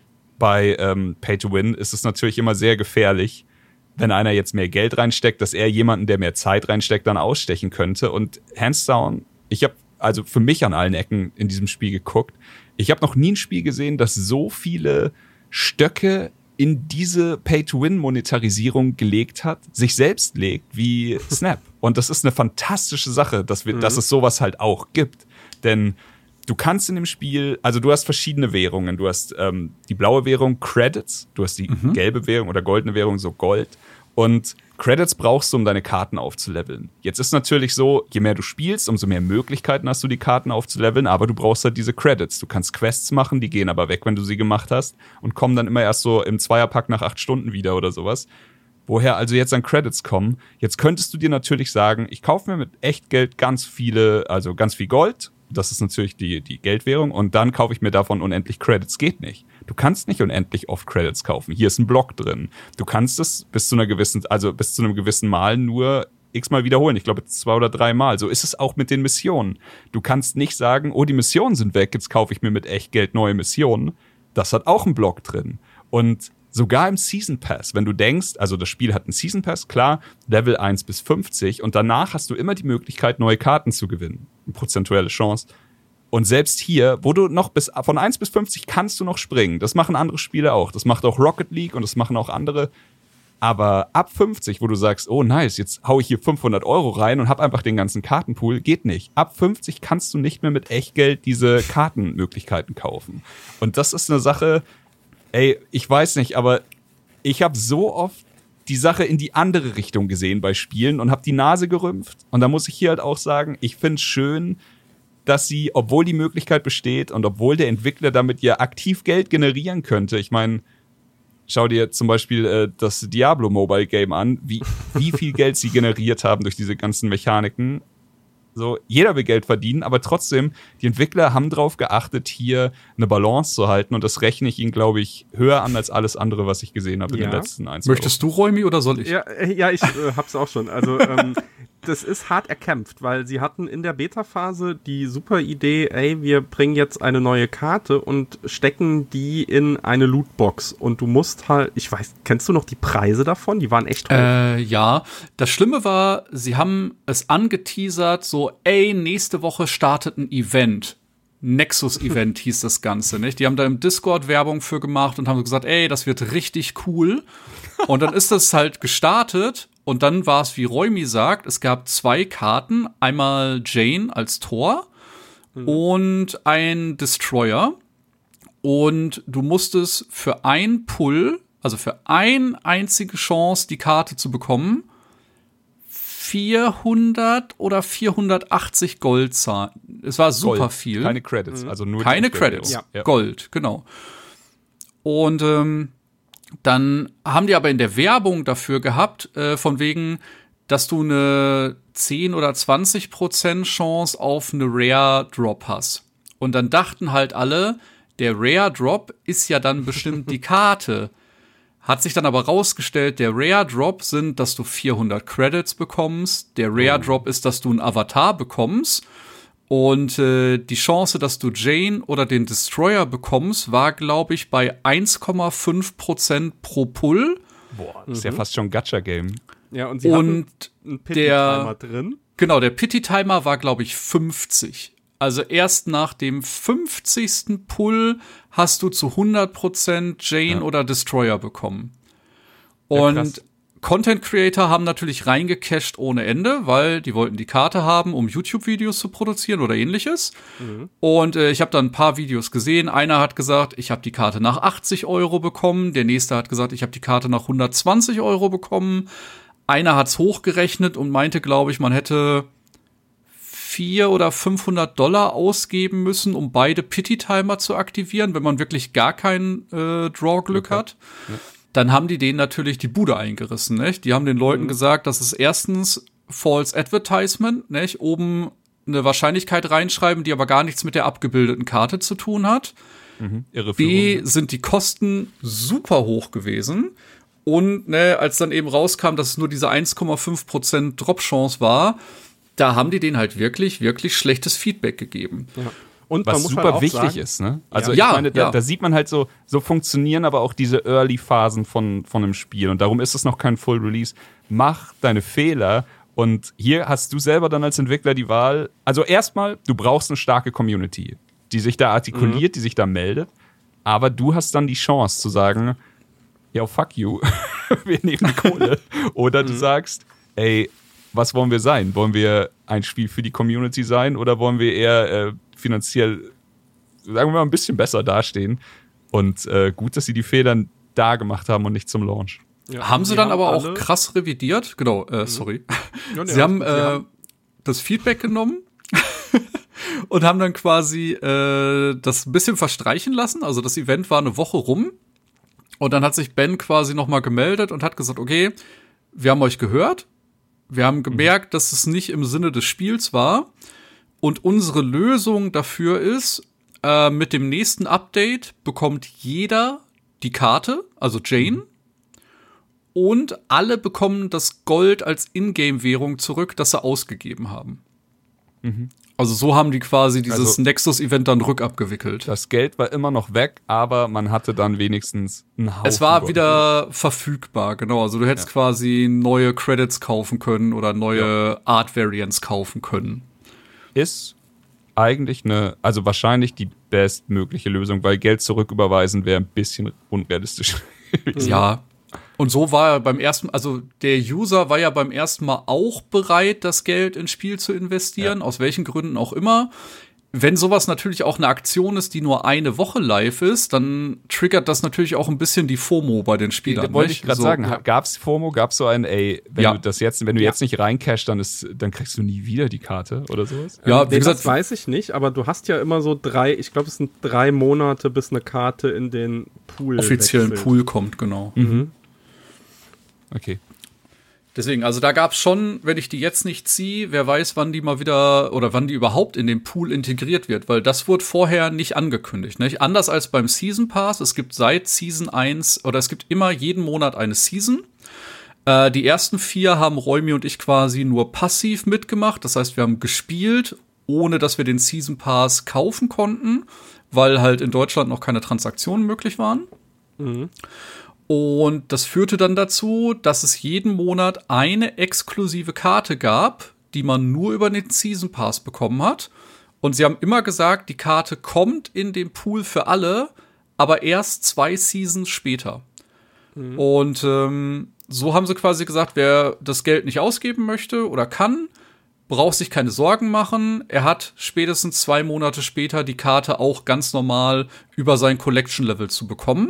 Bei ähm, Pay-to-Win ist es natürlich immer sehr gefährlich, wenn einer jetzt mehr Geld reinsteckt, dass er jemanden, der mehr Zeit reinsteckt, dann ausstechen könnte. Und hands down, ich habe also für mich an allen Ecken in diesem Spiel geguckt. Ich habe noch nie ein Spiel gesehen, das so viele Stöcke in diese Pay-to-Win-Monetarisierung gelegt hat, sich selbst legt, wie Snap. Und das ist eine fantastische Sache, dass, wir, mhm. dass es sowas halt auch gibt. Denn du kannst in dem Spiel, also du hast verschiedene Währungen. Du hast ähm, die blaue Währung Credits, du hast die mhm. gelbe Währung oder goldene Währung, so Gold. Und Credits brauchst du, um deine Karten aufzuleveln. Jetzt ist natürlich so, je mehr du spielst, umso mehr Möglichkeiten hast du, die Karten aufzuleveln, aber du brauchst halt diese Credits. Du kannst Quests machen, die gehen aber weg, wenn du sie gemacht hast und kommen dann immer erst so im Zweierpack nach acht Stunden wieder oder sowas. Woher also jetzt an Credits kommen? Jetzt könntest du dir natürlich sagen, ich kaufe mir mit Echtgeld ganz viele, also ganz viel Gold. Das ist natürlich die, die Geldwährung. Und dann kaufe ich mir davon unendlich Credits. Geht nicht. Du kannst nicht unendlich oft Credits kaufen. Hier ist ein Block drin. Du kannst es bis zu einer gewissen, also bis zu einem gewissen Mal nur x-mal wiederholen. Ich glaube zwei oder drei Mal. So ist es auch mit den Missionen. Du kannst nicht sagen, oh, die Missionen sind weg, jetzt kaufe ich mir mit Echtgeld neue Missionen. Das hat auch einen Block drin. Und sogar im Season Pass, wenn du denkst, also das Spiel hat einen Season Pass, klar, Level eins bis fünfzig und danach hast du immer die Möglichkeit, neue Karten zu gewinnen. Eine prozentuelle Chance. Und selbst hier, wo du noch bis von eins bis fünfzig kannst du noch springen. Das machen andere Spiele auch. Das macht auch Rocket League und das machen auch andere. Aber ab fünfzig, wo du sagst, oh nice, jetzt hau ich hier fünfhundert Euro rein und hab einfach den ganzen Kartenpool, geht nicht. Ab fünfzig kannst du nicht mehr mit Echtgeld diese Kartenmöglichkeiten kaufen. Und das ist eine Sache, ey, ich weiß nicht, aber ich habe so oft die Sache in die andere Richtung gesehen bei Spielen und habe die Nase gerümpft. Und da muss ich hier halt auch sagen, ich finde es schön, dass sie, obwohl die Möglichkeit besteht und obwohl der Entwickler damit ja aktiv Geld generieren könnte, ich meine, schau dir zum Beispiel äh, das Diablo Mobile Game an, wie, wie viel Geld sie generiert haben durch diese ganzen Mechaniken. So, jeder will Geld verdienen, aber trotzdem, die Entwickler haben darauf geachtet, hier eine Balance zu halten und das rechne ich ihnen, glaube ich, höher an als alles andere, was ich gesehen habe in ja. den letzten ein, zwei Möchtest du, Räumi, oder soll ich? Ja, ja ich äh, hab's auch schon. Also, ähm, das ist hart erkämpft, weil sie hatten in der Beta-Phase die super Idee, ey, wir bringen jetzt eine neue Karte und stecken die in eine Lootbox und du musst halt, ich weiß, kennst du noch die Preise davon? Die waren echt hoch. Äh, ja, das Schlimme war, sie haben es angeteasert, so, ey, nächste Woche startet ein Event. Nexus-Event hieß das Ganze, nicht? Die haben da im Discord Werbung für gemacht und haben gesagt, ey, das wird richtig cool. Und dann ist das halt gestartet und dann war es, wie Räumi sagt, es gab zwei Karten, einmal Jane als Tor mhm. und ein Destroyer. Und du musstest für ein Pull, also für eine einzige Chance, die Karte zu bekommen, vierhundert oder vierhundertachtzig Gold zahlen. Es war super Gold. viel. Keine Credits, also nur Keine Credits, ja. Ja. Gold, genau. Und ähm, dann haben die aber in der Werbung dafür gehabt, äh, von wegen, dass du eine zehn oder zwanzig Prozent Chance auf eine Rare Drop hast. Und dann dachten halt alle, der Rare Drop ist ja dann bestimmt die Karte. Hat sich dann aber rausgestellt, der Rare Drop sind, dass du vierhundert Credits bekommst. Der Rare Drop ist, dass du einen Avatar bekommst. Und äh, die Chance, dass du Jane oder den Destroyer bekommst, war, glaube ich, bei eins Komma fünf Prozent pro Pull. Boah, das ist mhm. ja fast schon ein Gacha-Game. Ja, und sie und hatten einen Pity-Timer drin. Genau, der Pity-Timer war, glaube ich, fünfzig. Also erst nach dem fünfzigsten Pull hast du zu hundert Prozent Jane ja. oder Destroyer bekommen. Und ja, Content Creator haben natürlich reingecasht ohne Ende, weil die wollten die Karte haben, um YouTube-Videos zu produzieren oder ähnliches. Mhm. Und äh, ich habe dann ein paar Videos gesehen. Einer hat gesagt, ich habe die Karte nach achtzig Euro bekommen. Der nächste hat gesagt, ich habe die Karte nach hundertzwanzig Euro bekommen. Einer hat's hochgerechnet und meinte, glaube ich, man hätte vierhundert oder fünfhundert Dollar ausgeben müssen, um beide Pity-Timer zu aktivieren, wenn man wirklich gar kein äh, Draw-Glück okay. hat. Ja. dann haben die denen natürlich die Bude eingerissen, nicht? Die haben den Leuten Mhm. gesagt, das ist erstens False Advertisement, nicht? Oben eine Wahrscheinlichkeit reinschreiben, die aber gar nichts mit der abgebildeten Karte zu tun hat. Mhm. Irreführung. B, sind die Kosten super hoch gewesen. Und ne, als dann eben rauskam, dass es nur diese eins Komma fünf Prozent Drop-Chance war, da haben die denen halt wirklich, wirklich schlechtes Feedback gegeben. Ja. Und Was man muss super halt auch wichtig sagen, ist, ne? Also Ja. ich meine, da, Ja. da sieht man halt so, so funktionieren aber auch diese Early-Phasen von, von einem Spiel. Und darum ist es noch kein Full-Release. Mach deine Fehler. Und hier hast du selber dann als Entwickler die Wahl. Also erstmal, du brauchst eine starke Community, die sich da artikuliert, Mhm. die sich da meldet. Aber du hast dann die Chance zu sagen, ja, fuck you, wir nehmen die Kohle. Oder du sagst, ey, was wollen wir sein? Wollen wir ein Spiel für die Community sein oder wollen wir eher äh, finanziell, sagen wir mal, ein bisschen besser dastehen? Und äh, gut, dass sie die Fehler da gemacht haben und nicht zum Launch. ja, Haben sie die dann aber alle- auch krass revidiert? Genau, äh, sorry. Ja, nee, Sie haben alles gut, sie äh, das Feedback genommen und haben dann quasi äh, das ein bisschen verstreichen lassen. Also das Event war eine Woche rum und dann hat sich Ben quasi noch mal gemeldet und hat gesagt, okay, wir haben euch gehört, wir haben gemerkt, dass es nicht im Sinne des Spiels war und unsere Lösung dafür ist, äh, mit dem nächsten Update bekommt jeder die Karte, also Jane, und alle bekommen das Gold als Ingame-Währung zurück, das sie ausgegeben haben. Also so haben die quasi dieses Also- Nexus-Event dann rückabgewickelt. Das Geld war immer noch weg, aber man hatte dann wenigstens einen Haufen Es war Gold. wieder verfügbar, genau. Also du hättest quasi neue Credits kaufen können oder neue Art-Variants kaufen können. Ist eigentlich eine, also wahrscheinlich die bestmögliche Lösung, weil Geld zurücküberweisen wäre ein bisschen unrealistisch. Ja. Und so war er beim ersten, also der User war ja beim ersten Mal auch bereit, das Geld ins Spiel zu investieren, aus welchen Gründen auch immer. Wenn sowas natürlich auch eine Aktion ist, die nur eine Woche live ist, dann triggert das natürlich auch ein bisschen die FOMO bei den Spielern. Da wollte ich nicht? gerade So, sagen, ja. gab's FOMO, gab's so ein, ey, wenn Ja. du das jetzt, wenn du jetzt nicht reincashst, dann ist, dann kriegst du nie wieder die Karte oder sowas? Ja, Ähm, wie nee, gesagt, das weiß ich nicht, aber du hast ja immer so drei, ich glaube, es sind drei Monate, bis eine Karte in den Pool offiziellen wechselt. Pool kommt, genau. Okay. Deswegen, also da gab's schon, wenn ich die jetzt nicht ziehe, wer weiß, wann die mal wieder oder wann die überhaupt in den Pool integriert wird, weil das wurde vorher nicht angekündigt. Nicht? Anders als beim Season Pass, es gibt seit Season eins oder es gibt immer jeden Monat eine Season. Äh, die ersten vier haben Räumi und ich quasi nur passiv mitgemacht. Das heißt, wir haben gespielt, ohne dass wir den Season Pass kaufen konnten, weil halt in Deutschland noch keine Transaktionen möglich waren. Und das führte dann dazu, dass es jeden Monat eine exklusive Karte gab, die man nur über den Season Pass bekommen hat. Und sie haben immer gesagt, die Karte kommt in den Pool für alle, aber erst zwei Seasons später. Und ähm, so haben sie quasi gesagt, wer das Geld nicht ausgeben möchte oder kann, braucht sich keine Sorgen machen. Er hat spätestens zwei Monate später die Karte auch ganz normal über sein Collection-Level zu bekommen.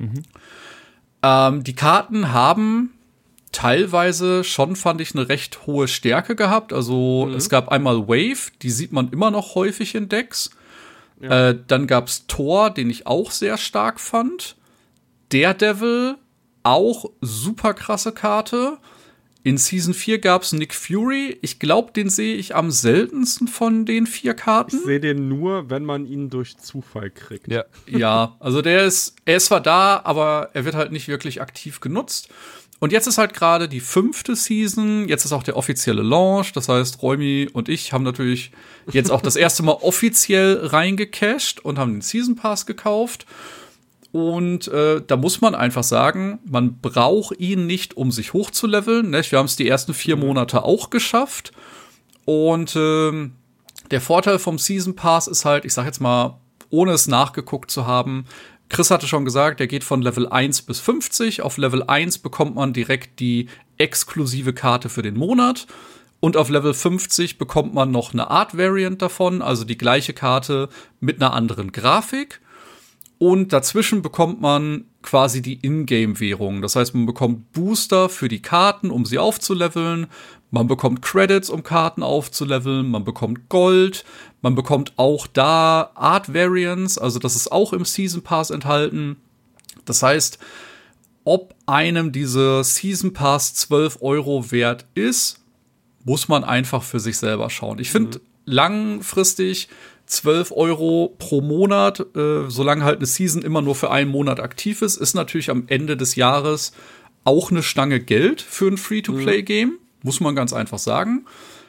Ähm, die Karten haben teilweise schon, fand ich, eine recht hohe Stärke gehabt. Also es gab einmal Wave, die sieht man immer noch häufig in Decks. Äh, dann gab's Thor, den ich auch sehr stark fand. Daredevil, auch super krasse Karte. In Season vier gab's Nick Fury. Ich glaube, den sehe ich am seltensten von den vier Karten. Ich sehe den nur, wenn man ihn durch Zufall kriegt. Ja. Ja, also der ist, er ist zwar da, aber er wird halt nicht wirklich aktiv genutzt. Und jetzt ist halt gerade die fünfte Season, jetzt ist auch der offizielle Launch, das heißt, Räumi und ich haben natürlich jetzt auch das erste Mal offiziell reingecasht und haben den Season Pass gekauft. Und äh, da muss man einfach sagen, man braucht ihn nicht, um sich hochzuleveln. Ne? Wir haben es die ersten vier Monate auch geschafft. Und ähm, der Vorteil vom Season Pass ist halt, ich sag jetzt mal, ohne es nachgeguckt zu haben, Chris hatte schon gesagt, der geht von Level eins bis fünfzig. Auf Level eins bekommt man direkt die exklusive Karte für den Monat. Und auf Level fünfzig bekommt man noch eine Art-Variant davon, also die gleiche Karte mit einer anderen Grafik. Und dazwischen bekommt man quasi die Ingame-Währung. Das heißt, man bekommt Booster für die Karten, um sie aufzuleveln. Man bekommt Credits, um Karten aufzuleveln. Man bekommt Gold. Man bekommt auch da Art-Variants. Also das ist auch im Season Pass enthalten. Das heißt, ob einem diese Season Pass zwölf Euro wert ist, muss man einfach für sich selber schauen. Ich finde, mhm. langfristig zwölf Euro pro Monat, äh, solange halt eine Season immer nur für einen Monat aktiv ist, ist natürlich am Ende des Jahres auch eine Stange Geld für ein Free-to-Play-Game, mhm. muss man ganz einfach sagen.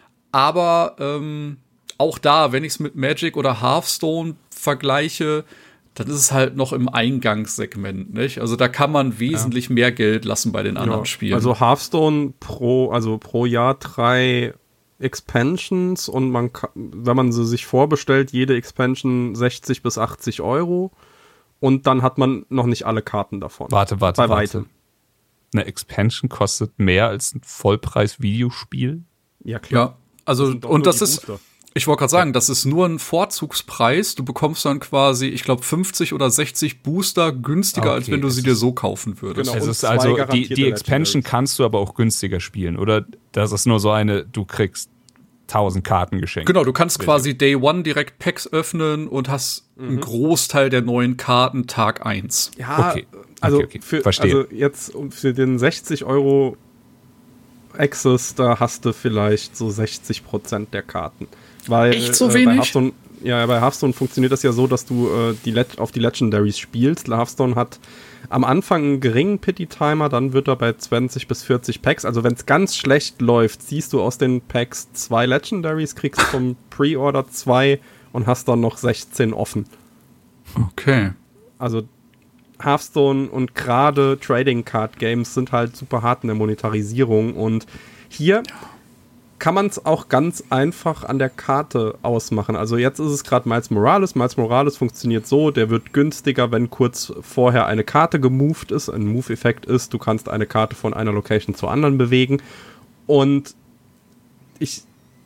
Aber ähm, auch da, wenn ich es mit Magic oder Hearthstone vergleiche, dann ist es halt noch im Eingangssegment, nicht? Also da kann man wesentlich ja. mehr Geld lassen bei den anderen ja. Spielen. Also Hearthstone pro, also pro Jahr drei Expansions und man kann, wenn man sie sich vorbestellt, jede Expansion sechzig bis achtzig Euro und dann hat man noch nicht alle Karten davon. Warte, warte, bei warte. weitem. Eine Expansion kostet mehr als ein Vollpreis-Videospiel? Ja, klar. Ja, also das und das ist, Booster. Ich wollte gerade sagen, das ist nur ein Vorzugspreis. Du bekommst dann quasi, ich glaube, fünfzig oder sechzig Booster günstiger, Okay, als wenn du sie dir so kaufen würdest. Genau. Es und ist zwei also, die, garantierte die Expansion Legendaries. kannst du aber auch günstiger spielen, oder? Das ist nur so eine, du kriegst tausend Karten geschenkt. Genau, du kannst quasi Day One direkt Packs öffnen und hast mhm. einen Großteil der neuen Karten Tag eins. Ja, Okay. also, Okay, okay. Für, Verstehe. also jetzt um- für den sechzig Euro Access, da hast du vielleicht so sechzig Prozent der Karten. Weil, Echt so äh, wenig? Bei Hearthstone, ja, bei Hearthstone funktioniert das ja so, dass du äh, die Let- auf die Legendaries spielst. Hearthstone hat am Anfang einen geringen Pity-Timer, dann wird er bei zwanzig bis vierzig Packs. Also wenn es ganz schlecht läuft, ziehst du aus den Packs zwei Legendaries, kriegst vom Pre-Order zwei und hast dann noch sechzehn offen. Okay. Also Hearthstone und gerade Trading Card Games sind halt super hart in der Monetarisierung und hier kann man es auch ganz einfach an der Karte ausmachen. Also jetzt ist es gerade Miles Morales. Miles Morales funktioniert so, der wird günstiger, wenn kurz vorher eine Karte gemoved ist, ein Move-Effekt ist. Du kannst eine Karte von einer Location zur anderen bewegen. Und ich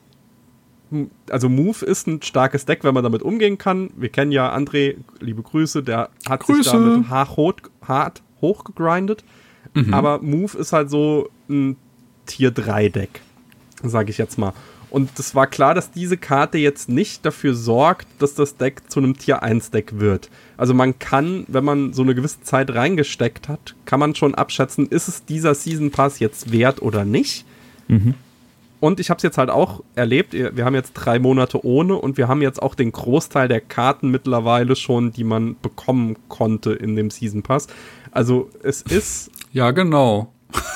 also Move ist ein starkes Deck, wenn man damit umgehen kann. Wir kennen ja André, liebe Grüße, der hat Grüße. sich damit hart, hart hochgegrindet. Mhm. Aber Move ist halt so ein Tier drei Deck, sage ich jetzt mal. Und es war klar, dass diese Karte jetzt nicht dafür sorgt, dass das Deck zu einem Tier eins Deck wird. Also man kann, wenn man so eine gewisse Zeit reingesteckt hat, kann man schon abschätzen, ist es dieser Season Pass jetzt wert oder nicht. Mhm. Und ich habe es jetzt halt auch erlebt, wir haben jetzt drei Monate ohne und wir haben jetzt auch den Großteil der Karten mittlerweile schon, die man bekommen konnte in dem Season Pass. Also es ist... Ja, genau.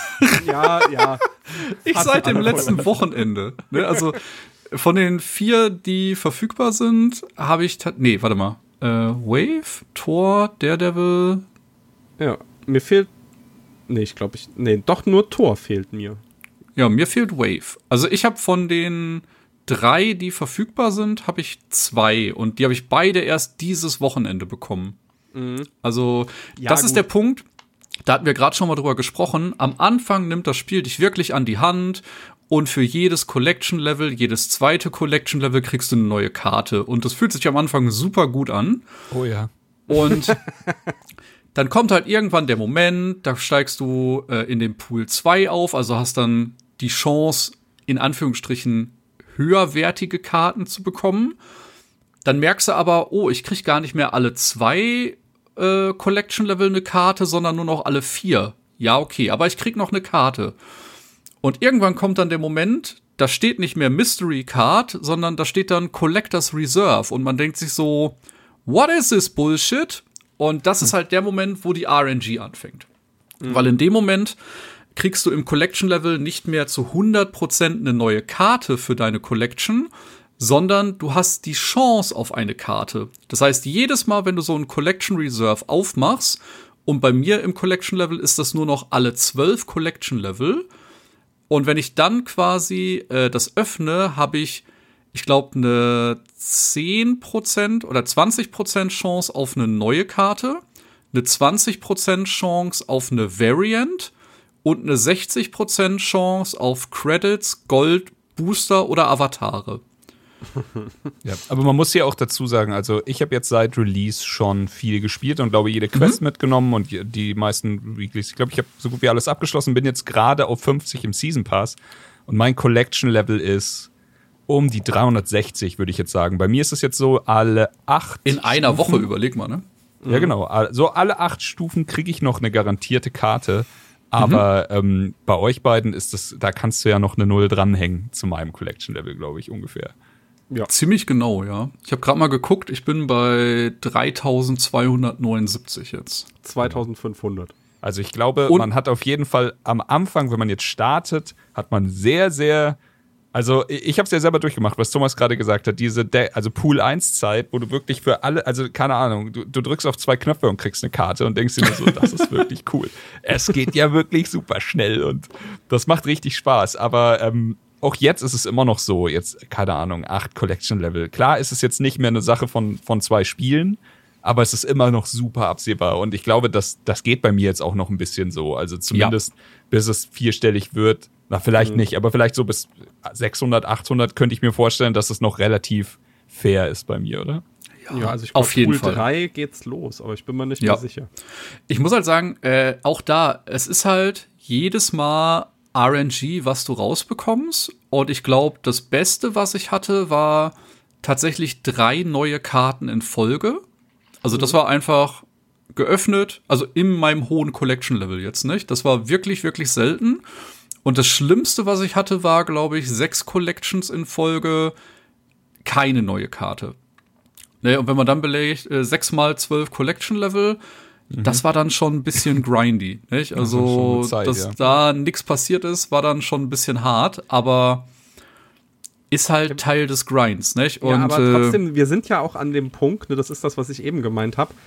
Ja, ja. Ich Hat seit dem alle letzten Wochenende. Ne? Also von den vier, die verfügbar sind, habe ich... ta- Nee, warte mal. Äh, Wave, Thor, Daredevil... Ja, mir fehlt... Nee, ich glaube, ich... Nee, doch nur Thor fehlt mir. Ja, mir fehlt Wave. Also ich habe von den drei, die verfügbar sind, habe ich zwei. Und die habe ich beide erst dieses Wochenende bekommen. Mhm. Also Ja, das ist gut. der Punkt, da hatten wir gerade schon mal drüber gesprochen. Am Anfang nimmt das Spiel dich wirklich an die Hand und für jedes Collection-Level, jedes zweite Collection-Level kriegst du eine neue Karte. Und das fühlt sich am Anfang super gut an. Oh ja. Und dann kommt halt irgendwann der Moment, da steigst du äh, in den Pool zwei auf, also hast dann die Chance, in Anführungsstrichen höherwertige Karten zu bekommen. Dann merkst du aber, oh, ich krieg gar nicht mehr alle zwei äh, Collection-Level eine Karte, sondern nur noch alle vier. Ja, okay, aber ich krieg noch eine Karte. Und irgendwann kommt dann der Moment, da steht nicht mehr Mystery Card, sondern da steht dann Collector's Reserve. Und man denkt sich so, what is this bullshit? Und das ist halt der Moment, wo die R N G anfängt. Mhm. Weil in dem Moment kriegst du im Collection-Level nicht mehr zu hundert Prozent eine neue Karte für deine Collection, sondern du hast die Chance auf eine Karte. Das heißt, jedes Mal, wenn du so einen Collection Reserve aufmachst, und bei mir im Collection-Level ist das nur noch alle zwölf Collection-Level, und wenn ich dann quasi äh, das öffne, habe ich, ich glaube, eine zehn Prozent oder zwanzig Prozent Chance auf eine neue Karte, eine zwanzig Prozent Chance auf eine Variant und eine sechzig Prozent Chance auf Credits, Gold, Booster oder Avatare. Ja, aber man muss ja auch dazu sagen, also ich habe jetzt seit Release schon viel gespielt und glaube jede Quest mhm. mitgenommen und die, die meisten Weeklies. Ich glaube, ich habe so gut wie alles abgeschlossen, bin jetzt gerade auf fünfzig im Season Pass und mein Collection Level ist um die dreihundertsechzig, würde ich jetzt sagen. Bei mir ist es jetzt so alle acht In einer Stufen. Woche, überleg mal, ne? Ja, genau. So alle acht Stufen kriege ich noch eine garantierte Karte. Aber mhm. ähm, bei euch beiden ist das, da kannst du ja noch eine Null dranhängen zu meinem Collection-Level, glaube ich, ungefähr. Ja. Ziemlich genau, ja. Ich habe gerade mal geguckt, ich bin bei dreitausendzweihundertneunundsiebzig jetzt. zweitausendfünfhundert. Also ich glaube, Und man hat auf jeden Fall am Anfang, wenn man jetzt startet, hat man sehr, sehr, also ich habe es ja selber durchgemacht, was Thomas gerade gesagt hat, diese De- also Pool eins Zeit, wo du wirklich für alle, also keine Ahnung, du, du drückst auf zwei Knöpfe und kriegst eine Karte und denkst dir nur so, das ist wirklich cool. Es geht ja wirklich super schnell und das macht richtig Spaß, aber ähm, auch jetzt ist es immer noch so, jetzt, keine Ahnung, acht Collection-Level. Klar ist es jetzt nicht mehr eine Sache von, von zwei Spielen, aber es ist immer noch super absehbar. Und ich glaube, das, das geht bei mir jetzt auch noch ein bisschen so. Also zumindest ja. bis es vierstellig wird. Na, vielleicht mhm. nicht, aber vielleicht so bis sechshundert, achthundert könnte ich mir vorstellen, dass es noch relativ fair ist bei mir, oder? Ja, ja also ich auf jeden Pool Fall. drei geht's los, aber ich bin mir nicht ja. mehr sicher. Ich muss halt sagen, äh, auch da, es ist halt jedes Mal R N G, was du rausbekommst. Und ich glaube, das Beste, was ich hatte, war tatsächlich drei neue Karten in Folge. Also das war einfach geöffnet, also in meinem hohen Collection-Level jetzt, nicht? Das war wirklich, wirklich selten. Und das Schlimmste, was ich hatte, war, glaube ich, sechs Collections in Folge, keine neue Karte. Ne, und wenn man dann belegt, äh, sechs mal zwölf Collection-Level, Mhm. das war dann schon ein bisschen grindy, nicht? Also, das Zeit, dass ja. da nichts passiert ist, war dann schon ein bisschen hart, aber ist halt Teil des Grinds, nicht? Und, ja, aber trotzdem, wir sind ja auch an dem Punkt, ne, das ist das, was ich eben gemeint habe.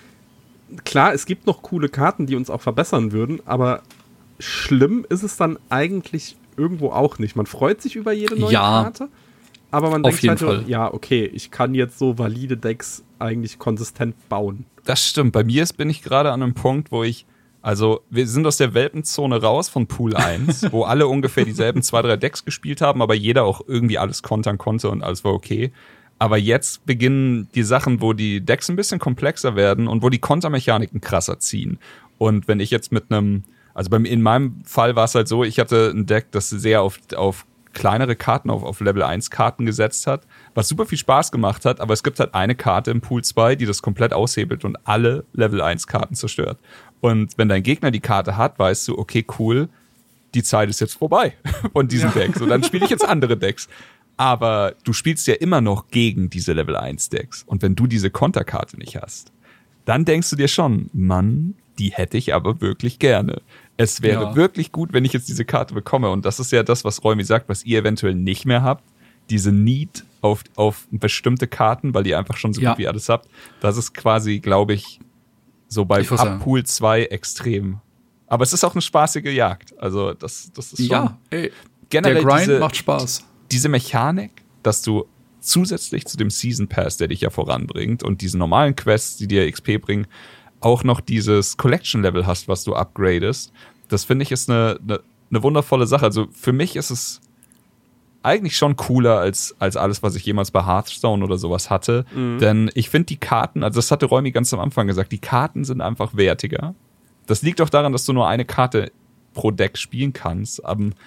Klar, es gibt noch coole Karten, die uns auch verbessern würden, aber schlimm ist es dann eigentlich irgendwo auch nicht. Man freut sich über jede neue ja, Karte, aber man denkt halt, Fall. ja, okay, ich kann jetzt so valide Decks eigentlich konsistent bauen. Das stimmt. Bei mir ist, bin ich gerade an einem Punkt, wo ich, also wir sind aus der Welpenzone raus von Pool eins, wo alle ungefähr dieselben zwei, drei Decks gespielt haben, aber jeder auch irgendwie alles kontern konnte und alles war okay. Aber jetzt beginnen die Sachen, wo die Decks ein bisschen komplexer werden und wo die Kontermechaniken krasser ziehen. Und wenn ich jetzt mit einem, also beim, in meinem Fall war es halt so, ich hatte ein Deck, das sehr auf, auf kleinere Karten, auf, auf Level eins Karten gesetzt hat, was super viel Spaß gemacht hat, aber es gibt halt eine Karte im Pool zwei, die das komplett aushebelt und alle Level eins Karten zerstört. Und wenn dein Gegner die Karte hat, weißt du, okay, cool, die Zeit ist jetzt vorbei von diesem ja. Deck. So, dann spiele ich jetzt andere Decks. Aber du spielst ja immer noch gegen diese Level eins Decks. Und wenn du diese Konterkarte nicht hast, dann denkst du dir schon, Mann, die hätte ich aber wirklich gerne. Es wäre ja. wirklich gut, wenn ich jetzt diese Karte bekomme. Und das ist ja das, was Räumi sagt, was ihr eventuell nicht mehr habt. Diese Need auf, auf bestimmte Karten, weil ihr einfach schon so ja. gut wie alles habt. Das ist quasi, glaube ich, so bei ab Pool zwei extrem. Aber es ist auch eine spaßige Jagd. Also das, das ist schon... Ja, ey, generell der Grind diese, macht Spaß. Diese Mechanik, dass du zusätzlich zu dem Season Pass, der dich ja voranbringt, und diesen normalen Quests, die dir X P bringen, auch noch dieses Collection-Level hast, was du upgradest. Das finde ich ist eine, eine, eine wundervolle Sache. Also für mich ist es eigentlich schon cooler als, als alles, was ich jemals bei Hearthstone oder sowas hatte. Mhm. Denn ich finde die Karten, also das hatte Räumi ganz am Anfang gesagt, die Karten sind einfach wertiger. Das liegt auch daran, dass du nur eine Karte pro Deck spielen kannst.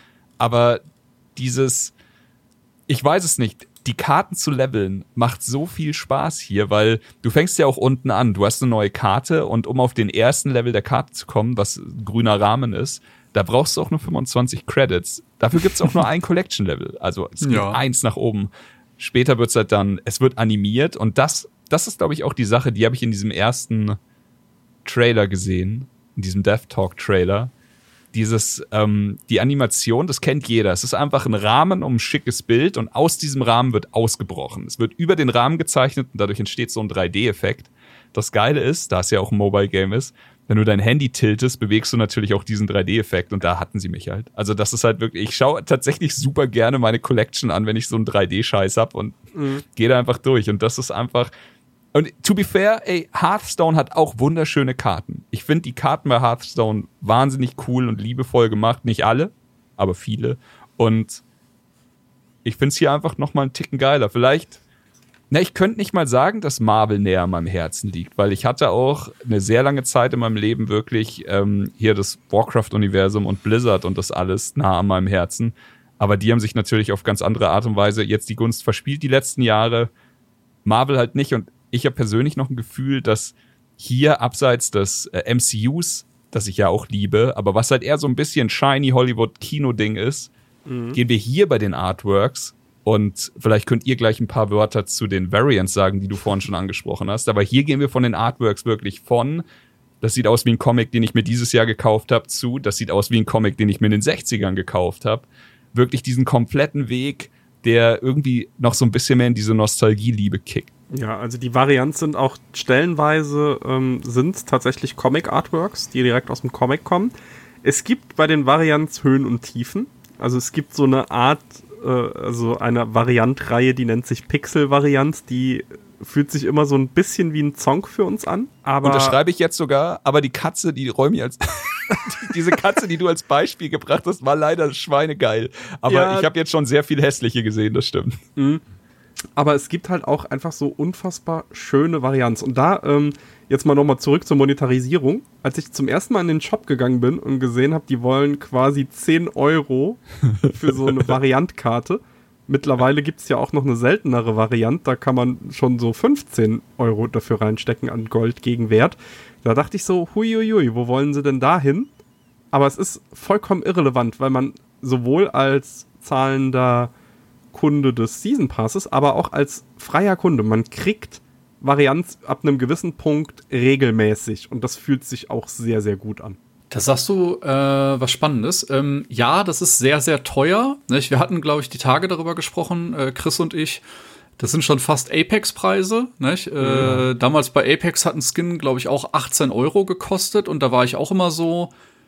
Aber dieses, ich weiß es nicht, die Karten zu leveln macht so viel Spaß hier, weil du fängst ja auch unten an. Du hast eine neue Karte und um auf den ersten Level der Karte zu kommen, was ein grüner Rahmen ist, da brauchst du auch nur fünfundzwanzig Credits. Dafür gibt es auch nur ein Collection-Level. Also es gibt ja. eins nach oben. Später wird es halt dann, es wird animiert und das, das ist, glaube ich, auch die Sache, die habe ich in diesem ersten Trailer gesehen, in diesem Death Talk Trailer. Dieses, ähm, die Animation, das kennt jeder. Es ist einfach ein Rahmen um ein schickes Bild und aus diesem Rahmen wird ausgebrochen. Es wird über den Rahmen gezeichnet und dadurch entsteht so ein drei D-Effekt. Das Geile ist, da es ja auch ein Mobile-Game ist, wenn du dein Handy tiltest, bewegst du natürlich auch diesen drei D-Effekt und da hatten sie mich halt. Also das ist halt wirklich, ich schaue tatsächlich super gerne meine Collection an, wenn ich so einen drei D-Scheiß hab und mhm. gehe da einfach durch und das ist einfach... Und to be fair, ey, Hearthstone hat auch wunderschöne Karten. Ich finde die Karten bei Hearthstone wahnsinnig cool und liebevoll gemacht. Nicht alle, aber viele. Und ich finde es hier einfach noch mal einen Ticken geiler. Vielleicht, na, ich könnte nicht mal sagen, dass Marvel näher an meinem Herzen liegt, weil ich hatte auch eine sehr lange Zeit in meinem Leben wirklich ähm, hier das Warcraft-Universum und Blizzard und das alles nah an meinem Herzen. Aber die haben sich natürlich auf ganz andere Art und Weise jetzt die Gunst verspielt die letzten Jahre. Marvel halt nicht und ich habe persönlich noch ein Gefühl, dass hier abseits des äh, M C Us, das ich ja auch liebe, aber was halt eher so ein bisschen shiny Hollywood-Kino-Ding ist, mhm. gehen wir hier bei den Artworks und vielleicht könnt ihr gleich ein paar Wörter zu den Variants sagen, die du vorhin schon angesprochen hast, aber hier gehen wir von den Artworks wirklich von, das sieht aus wie ein Comic, den ich mir dieses Jahr gekauft habe, zu, das sieht aus wie ein Comic, den ich mir in den sechzigern gekauft habe. Wirklich diesen kompletten Weg, der irgendwie noch so ein bisschen mehr in diese Nostalgie-Liebe kickt. Ja, also die Varianten sind auch stellenweise ähm, sind tatsächlich Comic-Artworks, die direkt aus dem Comic kommen. Es gibt bei den Varianten Höhen und Tiefen. Also es gibt so eine Art, äh, also eine Variantreihe, die nennt sich Pixel-Variant, die fühlt sich immer so ein bisschen wie ein Song für uns an. Aber und das schreibe ich jetzt sogar, aber die Katze, die Räumi als diese Katze, die du als Beispiel gebracht hast, war leider schweinegeil. Aber ja, ich habe jetzt schon sehr viel hässliche gesehen, das stimmt. Mhm. Aber es gibt halt auch einfach so unfassbar schöne Varianten. Und da, ähm, jetzt mal nochmal zurück zur Monetarisierung. Als ich zum ersten Mal in den Shop gegangen bin und gesehen habe, die wollen quasi zehn Euro für so eine Variantkarte. Mittlerweile gibt es ja auch noch eine seltenere Variante, da kann man schon so fünfzehn Euro dafür reinstecken an Goldgegenwert. Da dachte ich so, huiuiui, wo wollen sie denn da hin? Aber es ist vollkommen irrelevant, weil man sowohl als zahlender Kunde des Season Passes, aber auch als freier Kunde, man kriegt Varianz ab einem gewissen Punkt regelmäßig und das fühlt sich auch sehr, sehr gut an. Da sagst du äh, was Spannendes. Ähm, ja, das ist sehr, sehr teuer. Nicht? Wir hatten, glaube ich, die Tage darüber gesprochen, äh, Chris und ich. Das sind schon fast Apex-Preise. Nicht? Äh, ja. Damals bei Apex hat ein Skin, glaube ich, auch achtzehn Euro gekostet. Und da war ich auch immer so,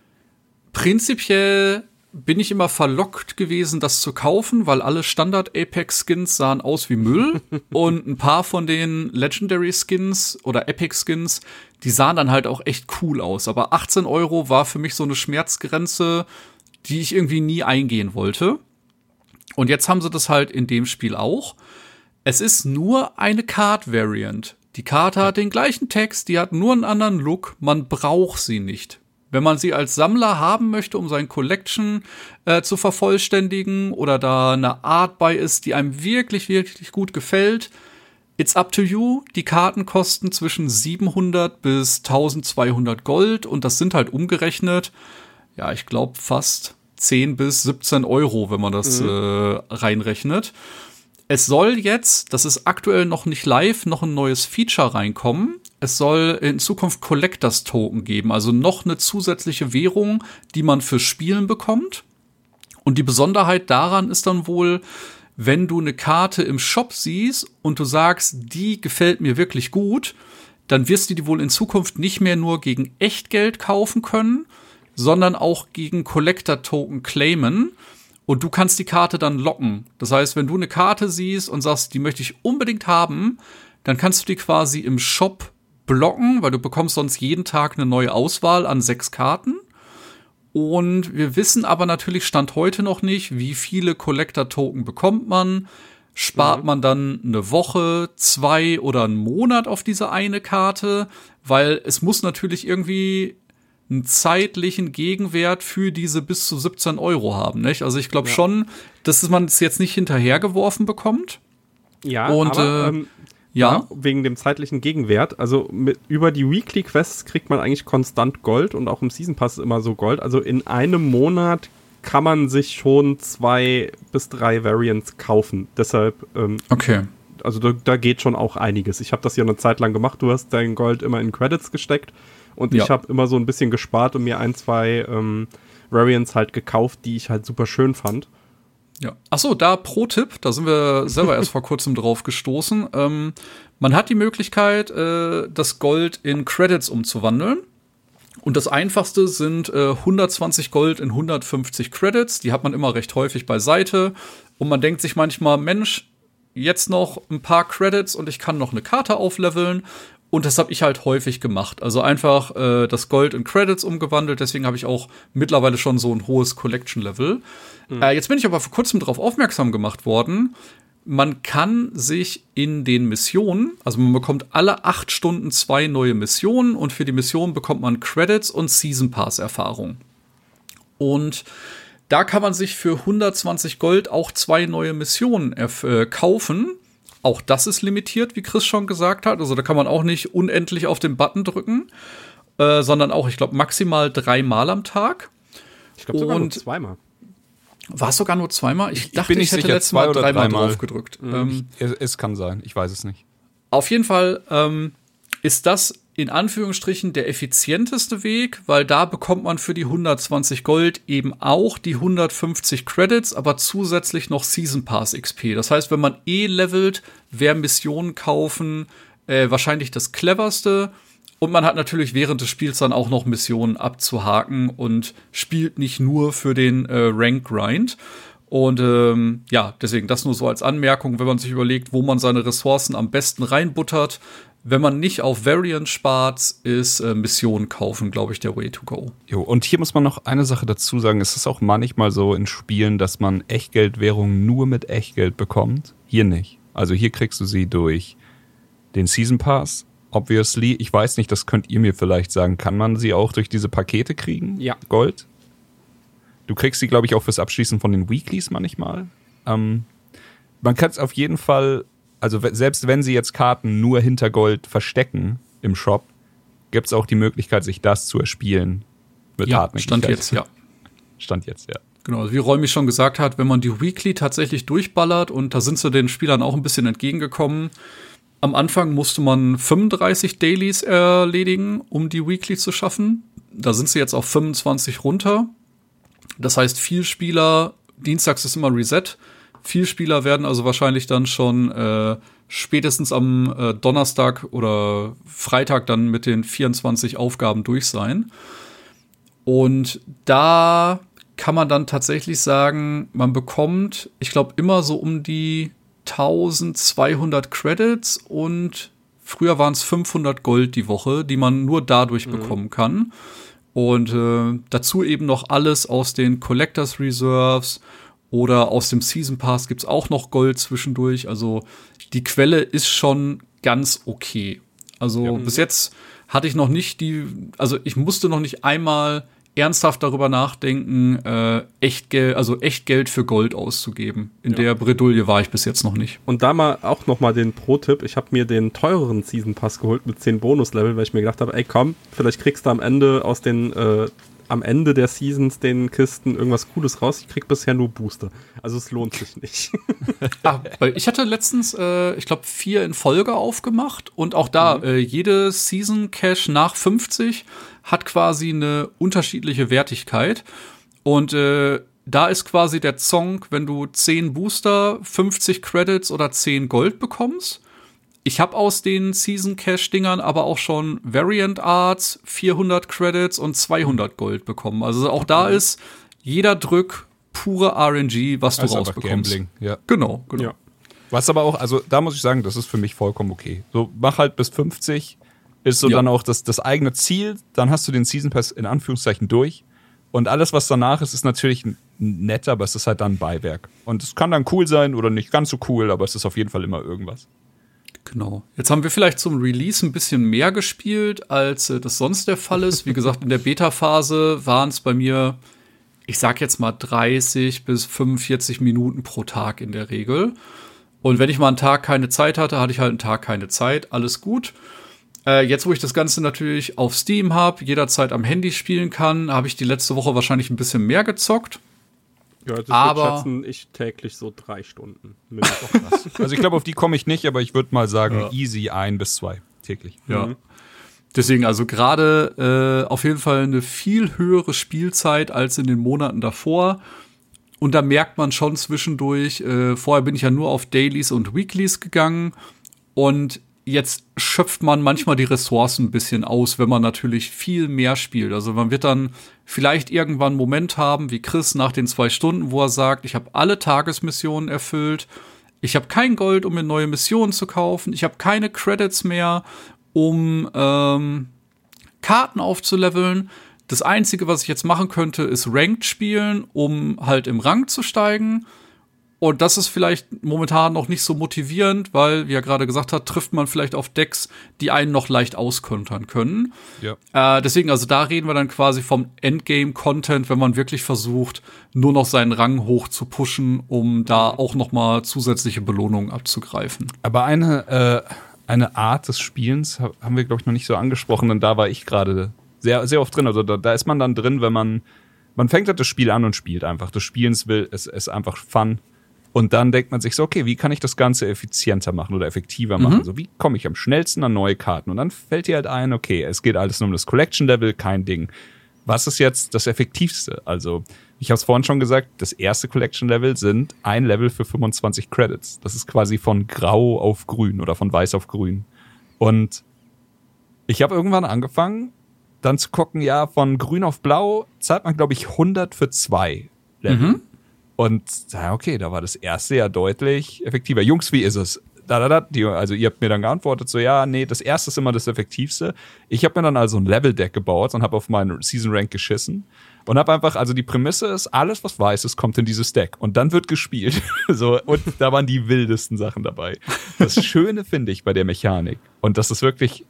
prinzipiell bin ich immer verlockt gewesen, das zu kaufen, weil alle Standard-Apex-Skins sahen aus wie Müll. Und ein paar von den Legendary-Skins oder Epic-Skins, die sahen dann halt auch echt cool aus. Aber achtzehn Euro war für mich so eine Schmerzgrenze, die ich irgendwie nie eingehen wollte. Und jetzt haben sie das halt in dem Spiel auch. Es ist nur eine Card-Variant. Die Karte hat den gleichen Text, die hat nur einen anderen Look. Man braucht sie nicht. Wenn man sie als Sammler haben möchte, um sein Collection äh, zu vervollständigen oder da eine Art bei ist, die einem wirklich, wirklich gut gefällt, it's up to you. Die Karten kosten zwischen siebenhundert bis eintausendzweihundert Gold und das sind halt umgerechnet, ja, ich glaube fast zehn bis siebzehn Euro, wenn man das mhm. äh, reinrechnet. Es soll jetzt, das ist aktuell noch nicht live, noch ein neues Feature reinkommen. Es soll in Zukunft Collectors Token geben, also noch eine zusätzliche Währung, die man für Spielen bekommt. Und die Besonderheit daran ist dann wohl, wenn du eine Karte im Shop siehst und du sagst, die gefällt mir wirklich gut, dann wirst du die wohl in Zukunft nicht mehr nur gegen Echtgeld kaufen können, sondern auch gegen Collector Token claimen. Und du kannst die Karte dann locken. Das heißt, wenn du eine Karte siehst und sagst, die möchte ich unbedingt haben, dann kannst du die quasi im Shop blocken, weil du bekommst sonst jeden Tag eine neue Auswahl an sechs Karten. Und wir wissen aber natürlich Stand heute noch nicht, wie viele Collector-Token bekommt man. Spart mhm. man dann eine Woche, zwei oder einen Monat auf diese eine Karte? Weil es muss natürlich irgendwie einen zeitlichen Gegenwert für diese bis zu siebzehn Euro haben, nicht? Also ich glaube ja. schon, dass man es jetzt nicht hinterhergeworfen bekommt. Ja, und aber, äh, ähm, ja. ja, wegen dem zeitlichen Gegenwert. Also mit, über die Weekly Quests kriegt man eigentlich konstant Gold und auch im Season Pass immer so Gold. Also in einem Monat kann man sich schon zwei bis drei Variants kaufen. Deshalb, ähm, okay. Also da, da geht schon auch einiges. Ich habe das ja eine Zeit lang gemacht. Du hast dein Gold immer in Credits gesteckt. Und ja. ich habe immer so ein bisschen gespart und mir ein, zwei ähm, Variants halt gekauft, die ich halt super schön fand. Ja. Achso, da Pro-Tipp, da sind wir selber erst vor kurzem drauf gestoßen. Ähm, man hat die Möglichkeit, äh, das Gold in Credits umzuwandeln. Und das Einfachste sind äh, hundertzwanzig Gold in hundertfünfzig Credits. Die hat man immer recht häufig beiseite. Und man denkt sich manchmal, Mensch, jetzt noch ein paar Credits und ich kann noch eine Karte aufleveln. Und das habe ich halt häufig gemacht. Also einfach äh, das Gold in Credits umgewandelt. Deswegen habe ich auch mittlerweile schon so ein hohes Collection-Level. Mhm. Äh, jetzt bin ich aber vor kurzem darauf aufmerksam gemacht worden. Man kann sich in den Missionen, also man bekommt alle acht Stunden zwei neue Missionen. Und für die Missionen bekommt man Credits und Season Pass-Erfahrung. Und da kann man sich für hundertzwanzig Gold auch zwei neue Missionen erf- äh, kaufen. Auch das ist limitiert, wie Chris schon gesagt hat. Also da kann man auch nicht unendlich auf den Button drücken, äh, sondern auch, ich glaube, maximal dreimal am Tag. Ich glaube sogar nur zweimal. War es sogar nur zweimal? Ich, Ich dachte, bin nicht ich hätte sicher, letztes zwei Mal oder dreimal dreimal. drauf gedrückt. Mhm. Ähm, Es, es kann sein, ich weiß es nicht. Auf jeden Fall ähm, ist das in Anführungsstrichen der effizienteste Weg, weil da bekommt man für die hundertzwanzig Gold eben auch die hundertfünfzig Credits, aber zusätzlich noch Season Pass X P. Das heißt, wenn man eh levelt, wäre Missionen kaufen äh, wahrscheinlich das cleverste. Und man hat natürlich während des Spiels dann auch noch Missionen abzuhaken und spielt nicht nur für den äh, Rank-Grind. Und ähm, ja, deswegen das nur so als Anmerkung, wenn man sich überlegt, wo man seine Ressourcen am besten reinbuttert. Wenn man nicht auf Variant spart, ist äh, Missionen kaufen, glaube ich, der Way to go. Jo, und hier muss man noch eine Sache dazu sagen. Es ist auch manchmal so in Spielen, dass man Echtgeldwährungen nur mit Echtgeld bekommt. Hier nicht. Also hier kriegst du sie durch den Season Pass, obviously. Ich weiß nicht, das könnt ihr mir vielleicht sagen. Kann man sie auch durch diese Pakete kriegen? Ja. Gold? Du kriegst sie, glaube ich, auch fürs Abschließen von den Weeklies manchmal. Ähm, man kann es auf jeden Fall, also selbst wenn sie jetzt Karten nur hinter Gold verstecken im Shop, gibt es auch die Möglichkeit, sich das zu erspielen. Mit Ja, Hartnäckigkeit. Stand jetzt, ja. Stand jetzt, ja. Genau, also wie Räumi schon gesagt hat, wenn man die Weekly tatsächlich durchballert, und da sind sie den Spielern auch ein bisschen entgegengekommen. Am Anfang musste man fünfunddreißig Dailies erledigen, um die Weekly zu schaffen. Da sind sie jetzt auf fünfundzwanzig runter. Das heißt, viel Spieler, dienstags ist immer Reset, viel Spieler werden also wahrscheinlich dann schon äh, spätestens am äh, Donnerstag oder Freitag dann mit den vierundzwanzig Aufgaben durch sein. Und da kann man dann tatsächlich sagen, man bekommt, ich glaube, immer so um die eintausendzweihundert Credits und früher waren es fünfhundert Gold die Woche, die man nur dadurch mhm. bekommen kann. Und äh, dazu eben noch alles aus den Collectors Reserves oder aus dem Season Pass gibt's auch noch Gold zwischendurch. Also die Quelle ist schon ganz okay. Also ja. bis jetzt hatte ich noch nicht die, also ich musste noch nicht einmal ernsthaft darüber nachdenken, äh, Echtgeld, also Echtgeld für Gold auszugeben. In ja. der Bredouille war ich bis jetzt noch nicht. Und da mal auch noch mal den Pro-Tipp. Ich habe mir den teureren Season Pass geholt mit zehn Bonuslevel, weil ich mir gedacht habe, ey komm, vielleicht kriegst du am Ende aus den äh, am Ende der Seasons den Kisten irgendwas Cooles raus. Ich krieg bisher nur Booster. Also es lohnt sich nicht. ah, weil ich hatte letztens, äh, ich glaube, vier in Folge aufgemacht und auch da, mhm. äh, jede Season Cache nach fünfzig hat quasi eine unterschiedliche Wertigkeit. Und äh, da ist quasi der Zonk, wenn du zehn Booster, fünfzig Credits oder zehn Gold bekommst. Ich habe aus den Season Cache Dingern aber auch schon Variant Arts, vierhundert Credits und zweihundert Gold bekommen. Also auch da mhm. ist jeder Drück pure R N G, was du rausbekommst. Gambling, ja. Genau, genau. Ja. Was aber auch, also da muss ich sagen, das ist für mich vollkommen okay. So, mach halt bis fünfzig, ist so ja. dann auch das, das eigene Ziel, dann hast du den Season Pass in Anführungszeichen durch. Und alles, was danach ist, ist natürlich nett, aber es ist halt dann ein Beiwerk. Und es kann dann cool sein oder nicht ganz so cool, aber es ist auf jeden Fall immer irgendwas. Genau. Jetzt haben wir vielleicht zum Release ein bisschen mehr gespielt, als äh, das sonst der Fall ist. Wie gesagt, in der Beta-Phase waren es bei mir, ich sag jetzt mal dreißig bis fünfundvierzig Minuten pro Tag in der Regel. Und wenn ich mal einen Tag keine Zeit hatte, hatte ich halt einen Tag keine Zeit. Alles gut. Äh, jetzt, wo ich das Ganze natürlich auf Steam habe, jederzeit am Handy spielen kann, habe ich die letzte Woche wahrscheinlich ein bisschen mehr gezockt. Ja, das aber schätzen ich täglich so drei Stunden. Also ich glaube, auf die komme ich nicht, aber ich würde mal sagen, ja. easy ein bis zwei täglich. Ja. Mhm. Deswegen also gerade äh, auf jeden Fall eine viel höhere Spielzeit als in den Monaten davor. Und da merkt man schon zwischendurch, äh, vorher bin ich ja nur auf Dailies und Weeklies gegangen und jetzt schöpft man manchmal die Ressourcen ein bisschen aus, wenn man natürlich viel mehr spielt. Also man wird dann vielleicht irgendwann einen Moment haben, wie Chris nach den zwei Stunden, wo er sagt, ich habe alle Tagesmissionen erfüllt, ich habe kein Gold, um mir neue Missionen zu kaufen, ich habe keine Credits mehr, um ähm, Karten aufzuleveln. Das Einzige, was ich jetzt machen könnte, ist Ranked spielen, um halt im Rang zu steigen. Und das ist vielleicht momentan noch nicht so motivierend, weil, wie er gerade gesagt hat, trifft man vielleicht auf Decks, die einen noch leicht auskontern können. Ja. Äh, deswegen, also da reden wir dann quasi vom Endgame-Content, wenn man wirklich versucht, nur noch seinen Rang hoch zu pushen, um da auch noch mal zusätzliche Belohnungen abzugreifen. Aber eine, äh, eine Art des Spielens haben wir, glaube ich, noch nicht so angesprochen, und da war ich gerade sehr, sehr oft drin. Also da, da ist man dann drin, wenn man, man fängt halt das Spiel an und spielt einfach. Das Spielens will, es ist einfach Fun. Und dann denkt man sich so, okay, wie kann ich das Ganze effizienter machen oder effektiver machen? Mhm. So, wie komme ich am schnellsten an neue Karten? Und dann fällt dir halt ein, okay, es geht alles nur um das Collection-Level, kein Ding. Was ist jetzt das Effektivste? Also, ich habe es vorhin schon gesagt, das erste Collection-Level sind ein Level für fünfundzwanzig Credits. Das ist quasi von Grau auf Grün oder von Weiß auf Grün. Und ich habe irgendwann angefangen, dann zu gucken, ja, von Grün auf Blau zahlt man, glaube ich, hundert für zwei Level. Mhm. Und ja, okay, da war das erste ja deutlich effektiver. Jungs, wie ist es? Da, da, da, die, also ihr habt mir dann geantwortet, so ja, nee, das erste ist immer das Effektivste. Ich habe mir dann also ein Level-Deck gebaut und habe auf meinen Season-Rank geschissen und habe einfach, also die Prämisse ist, alles, was weiß ist, kommt in dieses Deck. Und dann wird gespielt. So, und da waren die wildesten Sachen dabei. Das Schöne finde ich bei der Mechanik, und das ist wirklich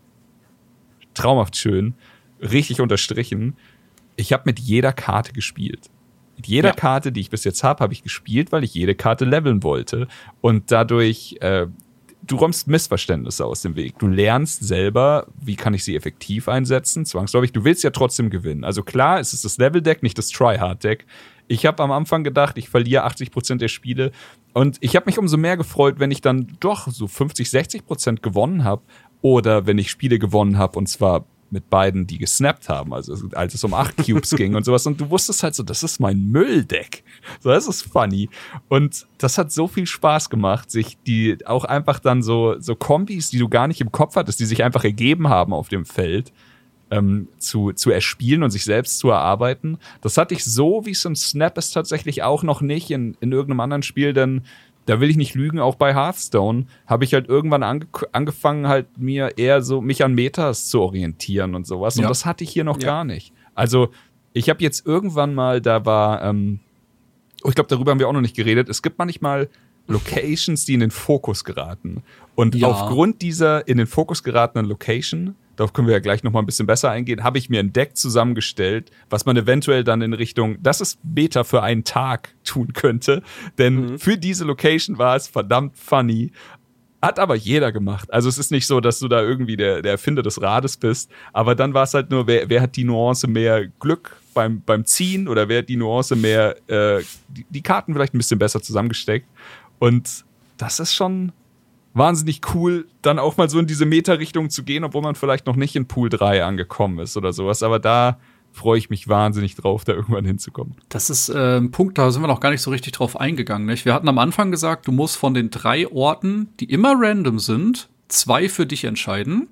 traumhaft schön, richtig unterstrichen, ich habe mit jeder Karte gespielt. Mit jeder ja. Karte, die ich bis jetzt habe, habe ich gespielt, weil ich jede Karte leveln wollte. Und dadurch, äh, du räumst Missverständnisse aus dem Weg. Du lernst selber, wie kann ich sie effektiv einsetzen, zwangsläufig. Du willst ja trotzdem gewinnen. Also klar, es ist das Level-Deck, nicht das Try-Hard-Deck. Ich habe am Anfang gedacht, ich verliere achtzig Prozent der Spiele. Und ich habe mich umso mehr gefreut, wenn ich dann doch so fünfzig, sechzig Prozent gewonnen habe. Oder wenn ich Spiele gewonnen habe, und zwar mit beiden, die gesnappt haben, also als es um acht Cubes ging und sowas. Und du wusstest halt so, das ist mein Mülldeck. So, das ist funny. Und das hat so viel Spaß gemacht, sich die auch einfach dann so, so Kombis, die du gar nicht im Kopf hattest, die sich einfach ergeben haben auf dem Feld, ähm, zu, zu erspielen und sich selbst zu erarbeiten. Das hatte ich so, wie es im Snap ist, tatsächlich auch noch nicht in, in irgendeinem anderen Spiel, denn da will ich nicht lügen, auch bei Hearthstone habe ich halt irgendwann ange- angefangen, halt mir eher so mich an Metas zu orientieren und sowas. Ja. Und das hatte ich hier noch ja. gar nicht. Also ich habe jetzt irgendwann mal, da war, ähm, oh, ich glaube, darüber haben wir auch noch nicht geredet, es gibt manchmal Locations, die in den Fokus geraten. Und ja. aufgrund dieser in den Fokus geratenen Location, darauf können wir ja gleich noch mal ein bisschen besser eingehen, habe ich mir ein Deck zusammengestellt, was man eventuell dann in Richtung, das ist Beta für einen Tag tun könnte. Denn mhm. für diese Location war es verdammt funny. Hat aber jeder gemacht. Also es ist nicht so, dass du da irgendwie der, der Erfinder des Rades bist. Aber dann war es halt nur, wer, wer hat die Nuance mehr Glück beim, beim Ziehen oder wer hat die Nuance mehr, äh, die, die Karten vielleicht ein bisschen besser zusammengesteckt. Und das ist schon wahnsinnig cool, dann auch mal so in diese Meta-Richtung zu gehen, obwohl man vielleicht noch nicht in Pool drei angekommen ist oder sowas. Aber da freue ich mich wahnsinnig drauf, da irgendwann hinzukommen. Das ist äh, ein Punkt, da sind wir noch gar nicht so richtig drauf eingegangen. Nicht? Wir hatten am Anfang gesagt, du musst von den drei Orten, die immer random sind, zwei für dich entscheiden.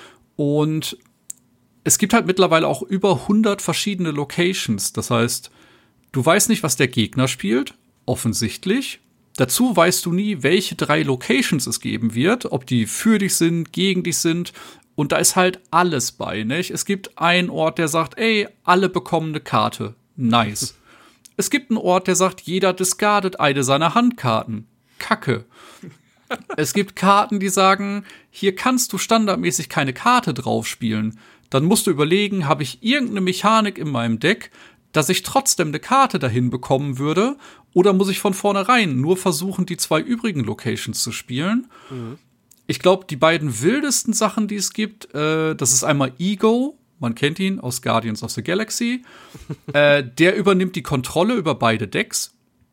Und es gibt halt mittlerweile auch über hundert verschiedene Locations. Das heißt, du weißt nicht, was der Gegner spielt, offensichtlich. Dazu weißt du nie, welche drei Locations es geben wird, ob die für dich sind, gegen dich sind. Und da ist halt alles bei, nicht? Es gibt einen Ort, der sagt, ey, alle bekommen eine Karte. Nice. Es gibt einen Ort, der sagt, jeder discardet eine seiner Handkarten. Kacke. Es gibt Karten, die sagen, hier kannst du standardmäßig keine Karte drauf spielen. Dann musst du überlegen, habe ich irgendeine Mechanik in meinem Deck, dass ich trotzdem eine Karte dahin bekommen würde, oder muss ich von vornherein nur versuchen, die zwei übrigen Locations zu spielen? Mhm. Ich glaube, die beiden wildesten Sachen, die es gibt, äh, das ist einmal Ego, man kennt ihn aus Guardians of the Galaxy, äh, der übernimmt die Kontrolle über beide Decks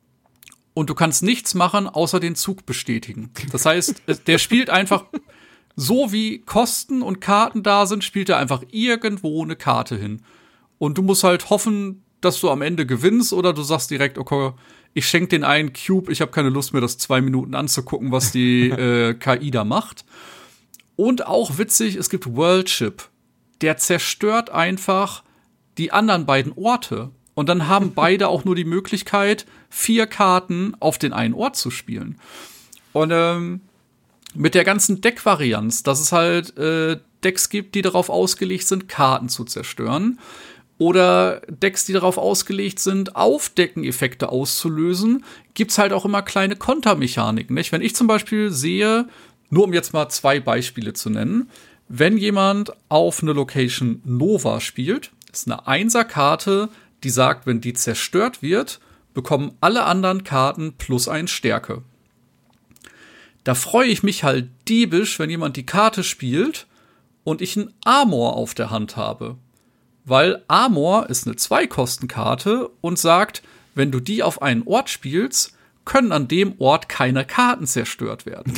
und du kannst nichts machen, außer den Zug bestätigen. Das heißt, der spielt einfach, so wie Kosten und Karten da sind, spielt er einfach irgendwo eine Karte hin. Und du musst halt hoffen, dass du am Ende gewinnst, oder du sagst direkt, okay, ich schenke den einen Cube, ich habe keine Lust mehr, das zwei Minuten anzugucken, was die äh, K I da macht. Und auch witzig, es gibt Worldship. Der zerstört einfach die anderen beiden Orte. Und dann haben beide auch nur die Möglichkeit, vier Karten auf den einen Ort zu spielen. Und ähm, mit der ganzen Deck-Varianz, dass es halt äh, Decks gibt, die darauf ausgelegt sind, Karten zu zerstören. oder Decks, die darauf ausgelegt sind, Aufdecken-Effekte auszulösen, gibt's halt auch immer kleine Kontermechaniken, nicht? Wenn ich zum Beispiel sehe, nur um jetzt mal zwei Beispiele zu nennen, wenn jemand auf eine Location Nova spielt, ist eine Einser-Karte, die sagt, wenn die zerstört wird, bekommen alle anderen Karten plus ein Stärke. Da freue ich mich halt diebisch, wenn jemand die Karte spielt und ich einen Armor auf der Hand habe. Weil Armor ist eine Zwei-Kosten-Karte und sagt, wenn du die auf einen Ort spielst, können an dem Ort keine Karten zerstört werden.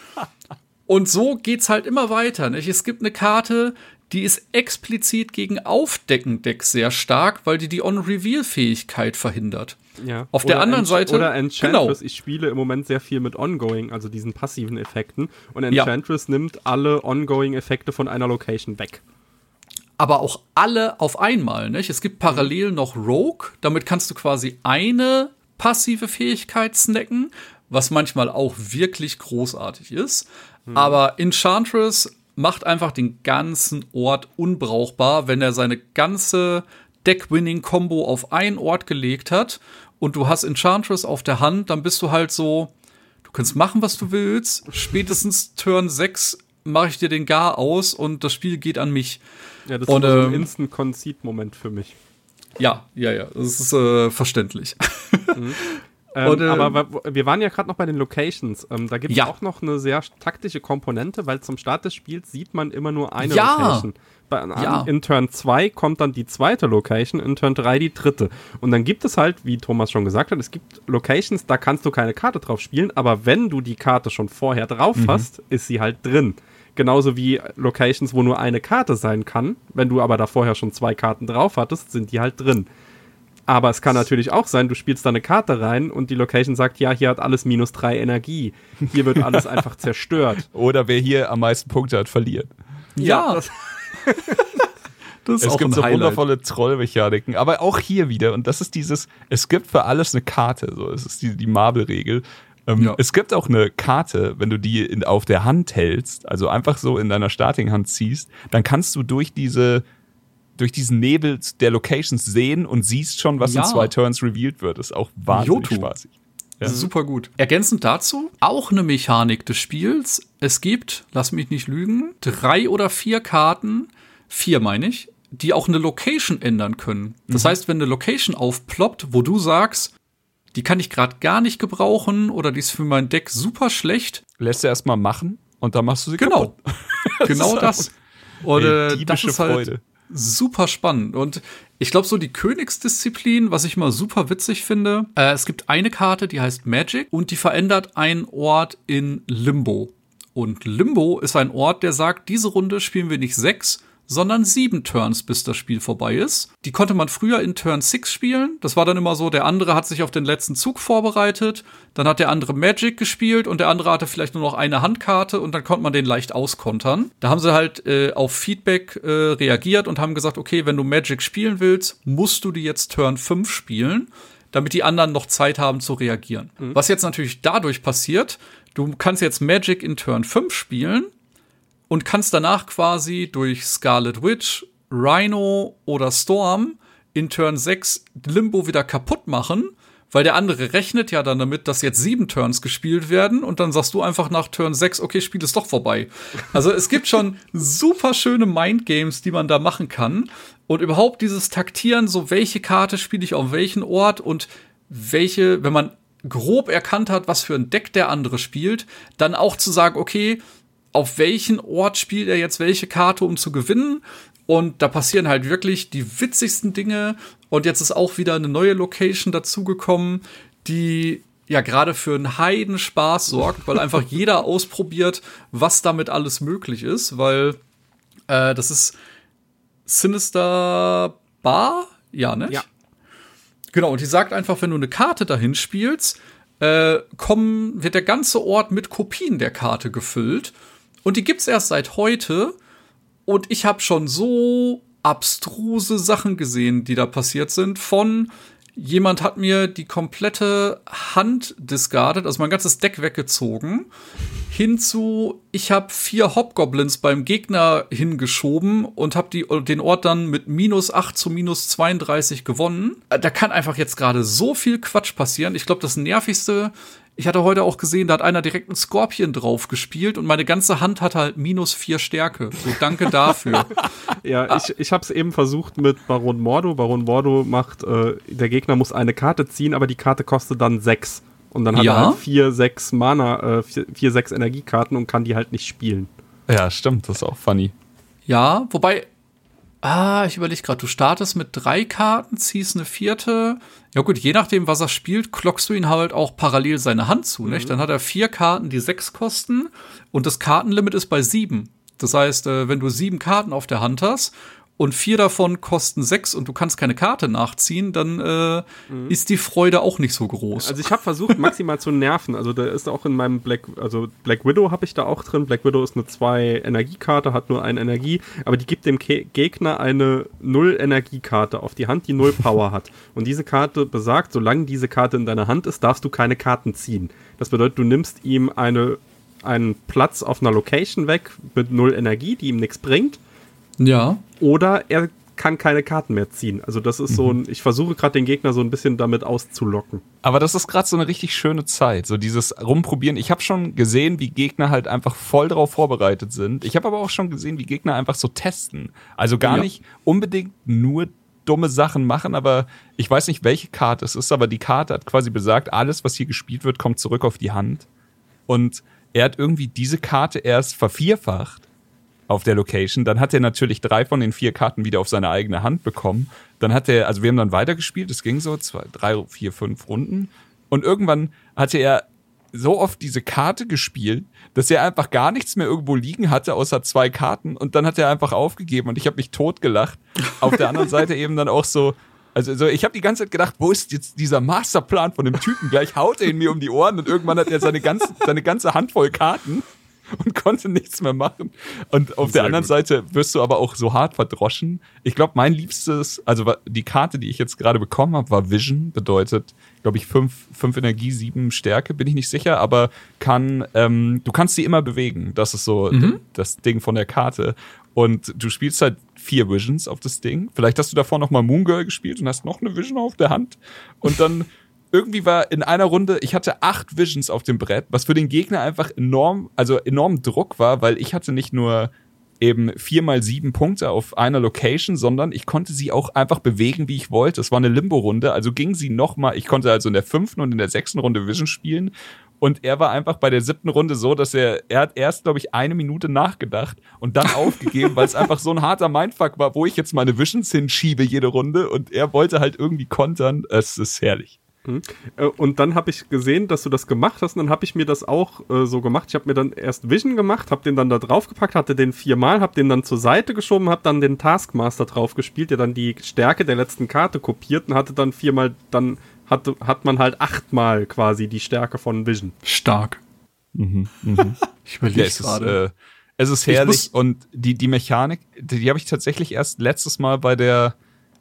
Und so geht's halt immer weiter, nicht? Es gibt eine Karte, die ist explizit gegen Aufdecken-Decks sehr stark, weil die die On-Reveal-Fähigkeit verhindert. Ja. Auf der anderen Ench- Seite Oder Enchantress. Genau. Ich spiele im Moment sehr viel mit Ongoing, also diesen passiven Effekten. Und Enchantress ja. nimmt alle Ongoing-Effekte von einer Location weg. Aber auch alle auf einmal, nicht? Es gibt parallel noch Rogue. Damit kannst du quasi eine passive Fähigkeit snacken, was manchmal auch wirklich großartig ist. Hm. Aber Enchantress macht einfach den ganzen Ort unbrauchbar, wenn er seine ganze Deck-Winning-Kombo auf einen Ort gelegt hat und du hast Enchantress auf der Hand, dann bist du halt so, du kannst machen, was du willst. Spätestens Turn sechs mache ich dir den Gar aus und das Spiel geht an mich. Ja, das und, ist so ein ähm, Instant-Concede-Moment für mich. Ja, ja, ja, das ist äh, verständlich. Mhm. Ähm, und, äh, aber wir waren ja gerade noch bei den Locations. Ähm, da gibt es ja. auch noch eine sehr taktische Komponente, weil zum Start des Spiels sieht man immer nur eine ja. Location. Bei, ja. In Turn zwei kommt dann die zweite Location, in Turn drei die dritte. Und dann gibt es halt, wie Thomas schon gesagt hat, es gibt Locations, da kannst du keine Karte drauf spielen, aber wenn du die Karte schon vorher drauf mhm. hast, ist sie halt drin. Genauso wie Locations, wo nur eine Karte sein kann. Wenn du aber da vorher schon zwei Karten drauf hattest, sind die halt drin. Aber es kann natürlich auch sein, du spielst da eine Karte rein und die Location sagt, ja, hier hat alles minus drei Energie. Hier wird alles einfach zerstört. Oder wer hier am meisten Punkte hat, verliert. Ja. Das, das ist es auch gibt ein so Highlight. wundervolle Trollmechaniken. Aber auch hier wieder, und das ist dieses, es gibt für alles eine Karte. So, es ist die, die Marvel-Regel. Ähm, ja. Es gibt auch eine Karte, wenn du die in, auf der Hand hältst, also einfach so in deiner Starting-Hand ziehst, dann kannst du durch diese durch diesen Nebel der Locations sehen und siehst schon, was ja. in zwei Turns revealed wird. Das ist auch wahnsinnig Yoto. spaßig. Ja. Super gut. Ergänzend dazu auch eine Mechanik des Spiels. Es gibt, lass mich nicht lügen, drei oder vier Karten, vier meine ich, die auch eine Location ändern können. Das mhm. heißt, wenn eine Location aufploppt, wo du sagst, die kann ich gerade gar nicht gebrauchen oder die ist für mein Deck super schlecht. Lässt du erstmal machen und dann machst du sie genau. kaputt. Genau das. Und äh, das ist halt Freude. Super spannend. Und ich glaube, so die Königsdisziplin, was ich mal super witzig finde, äh, es gibt eine Karte, die heißt Magic und die verändert einen Ort in Limbo. Und Limbo ist ein Ort, der sagt, diese Runde spielen wir nicht sechs, sondern sieben Turns, bis das Spiel vorbei ist. Die konnte man früher in Turn sechs spielen. Das war dann immer so, der andere hat sich auf den letzten Zug vorbereitet, dann hat der andere Magic gespielt und der andere hatte vielleicht nur noch eine Handkarte und dann konnte man den leicht auskontern. Da haben sie halt äh, auf Feedback äh, reagiert und haben gesagt, okay, wenn du Magic spielen willst, musst du die jetzt Turn fünf spielen, damit die anderen noch Zeit haben zu reagieren. Mhm. Was jetzt natürlich dadurch passiert, du kannst jetzt Magic in Turn fünf spielen, und kannst danach quasi durch Scarlet Witch, Rhino oder Storm in Turn sechs Limbo wieder kaputt machen, weil der andere rechnet ja dann damit, dass jetzt sieben Turns gespielt werden und dann sagst du einfach nach Turn sechs, okay, Spiel ist doch vorbei. Also es gibt schon super schöne Mindgames, die man da machen kann und überhaupt dieses Taktieren, so welche Karte spiele ich auf welchen Ort und welche, wenn man grob erkannt hat, was für ein Deck der andere spielt, dann auch zu sagen, okay, auf welchen Ort spielt er jetzt welche Karte, um zu gewinnen. Und da passieren halt wirklich die witzigsten Dinge. Und jetzt ist auch wieder eine neue Location dazugekommen, die ja gerade für einen Heidenspaß sorgt, weil einfach jeder ausprobiert, was damit alles möglich ist. Weil äh, das ist Sinister Bar, ja, ne? Ja. Genau, und die sagt einfach, wenn du eine Karte dahin spielst, äh, kommen, wird der ganze Ort mit Kopien der Karte gefüllt. Und die gibt's erst seit heute. Und ich habe schon so abstruse Sachen gesehen, die da passiert sind. Von jemand hat mir die komplette Hand discardet, also mein ganzes Deck weggezogen. hin zu, ich habe vier Hobgoblins beim Gegner hingeschoben und habe die den Ort dann mit minus acht zu minus zweiunddreißig gewonnen. Da kann einfach jetzt gerade so viel Quatsch passieren. Ich glaube, das Nervigste, ich hatte heute auch gesehen, da hat einer direkt einen Scorpion drauf gespielt und meine ganze Hand hat halt minus vier Stärke. So, danke dafür. Ja, ich, ich habe es eben versucht mit Baron Mordo. Baron Mordo macht, äh, der Gegner muss eine Karte ziehen, aber die Karte kostet dann sechs. Und dann hat Ja. er halt vier, sechs Mana, äh, vier, vier, sechs Energiekarten und kann die halt nicht spielen. Ja, stimmt, das ist auch funny. Ja, wobei, ah, ich überlege gerade, du startest mit drei Karten, ziehst eine vierte. Ja gut, je nachdem, was er spielt, klockst du ihn halt auch parallel seine Hand zu, nicht? Dann hat er vier Karten, die sechs kosten und das Kartenlimit ist bei sieben. Das heißt, äh, wenn du sieben Karten auf der Hand hast und vier davon kosten sechs und du kannst keine Karte nachziehen, dann äh, mhm. ist die Freude auch nicht so groß. Also ich habe versucht, maximal zu nerven. Also da ist auch in meinem Black, also Black Widow habe ich da auch drin. Black Widow ist eine zwei Energiekarte, hat nur eine Energie, aber die gibt dem Ke- Gegner eine null Energiekarte auf die Hand, die null Power hat. Und diese Karte besagt, solange diese Karte in deiner Hand ist, darfst du keine Karten ziehen. Das bedeutet, du nimmst ihm eine, einen Platz auf einer Location weg mit null Energie, die ihm nichts bringt. Ja. Oder er kann keine Karten mehr ziehen. Also das ist so ein, ich versuche gerade den Gegner so ein bisschen damit auszulocken. Aber das ist gerade so eine richtig schöne Zeit, so dieses Rumprobieren. Ich habe schon gesehen, wie Gegner halt einfach voll drauf vorbereitet sind. Ich habe aber auch schon gesehen, wie Gegner einfach so testen. Also gar Ja. nicht unbedingt nur dumme Sachen machen, aber ich weiß nicht, welche Karte es ist, aber die Karte hat quasi besagt, alles, was hier gespielt wird, kommt zurück auf die Hand. Und er hat irgendwie diese Karte erst vervierfacht auf der Location. Dann hat er natürlich drei von den vier Karten wieder auf seine eigene Hand bekommen. Dann hat er, also wir haben dann weitergespielt, es ging so zwei, drei, vier, fünf Runden. Und irgendwann hatte er so oft diese Karte gespielt, dass er einfach gar nichts mehr irgendwo liegen hatte, außer zwei Karten. Und dann hat er einfach aufgegeben und ich habe mich totgelacht. Auf der anderen Seite eben dann auch so, also so, ich habe die ganze Zeit gedacht, wo ist jetzt dieser Masterplan von dem Typen? Gleich haut er ihn mir um die Ohren und irgendwann hat er seine ganze, seine ganze Handvoll Karten und konnte nichts mehr machen. Und auf Sehr der anderen gut. Seite wirst du aber auch so hart verdroschen. Ich glaube, mein liebstes, also die Karte, die ich jetzt gerade bekommen habe, war Vision. Bedeutet, glaube ich, fünf, fünf Energie, sieben Stärke, bin ich nicht sicher, aber kann, ähm, du kannst sie immer bewegen. Das ist so Mhm. d- das Ding von der Karte. Und du spielst halt vier Visions auf das Ding. Vielleicht hast du davor noch mal Moon Girl gespielt und hast noch eine Vision auf der Hand. Und dann irgendwie war in einer Runde, ich hatte acht Visions auf dem Brett, was für den Gegner einfach enorm, also enorm Druck war, weil ich hatte nicht nur eben vier mal sieben Punkte auf einer Location, sondern ich konnte sie auch einfach bewegen, wie ich wollte. Es war eine Limbo-Runde, also ging sie noch mal, ich konnte also in der fünften und in der sechsten Runde Vision spielen und er war einfach bei der siebten Runde so, dass er, er hat erst, glaube ich, eine Minute nachgedacht und dann aufgegeben, weil es einfach so ein harter Mindfuck war, wo ich jetzt meine Visions hinschiebe jede Runde und er wollte halt irgendwie kontern. Es ist herrlich. Mhm. Äh, Und dann habe ich gesehen, dass du das gemacht hast und dann habe ich mir das auch äh, so gemacht. Ich habe mir dann erst Vision gemacht, habe den dann da draufgepackt, hatte den viermal, habe den dann zur Seite geschoben, habe dann den Taskmaster drauf gespielt, der dann die Stärke der letzten Karte kopiert und hatte dann viermal, dann hatte, hat man halt achtmal quasi die Stärke von Vision. Stark. Mhm, mhm. Ich Ja, überlege es ist, gerade. äh, es ist Ich herrlich muss- und die, die Mechanik, die, die habe ich tatsächlich erst letztes Mal bei der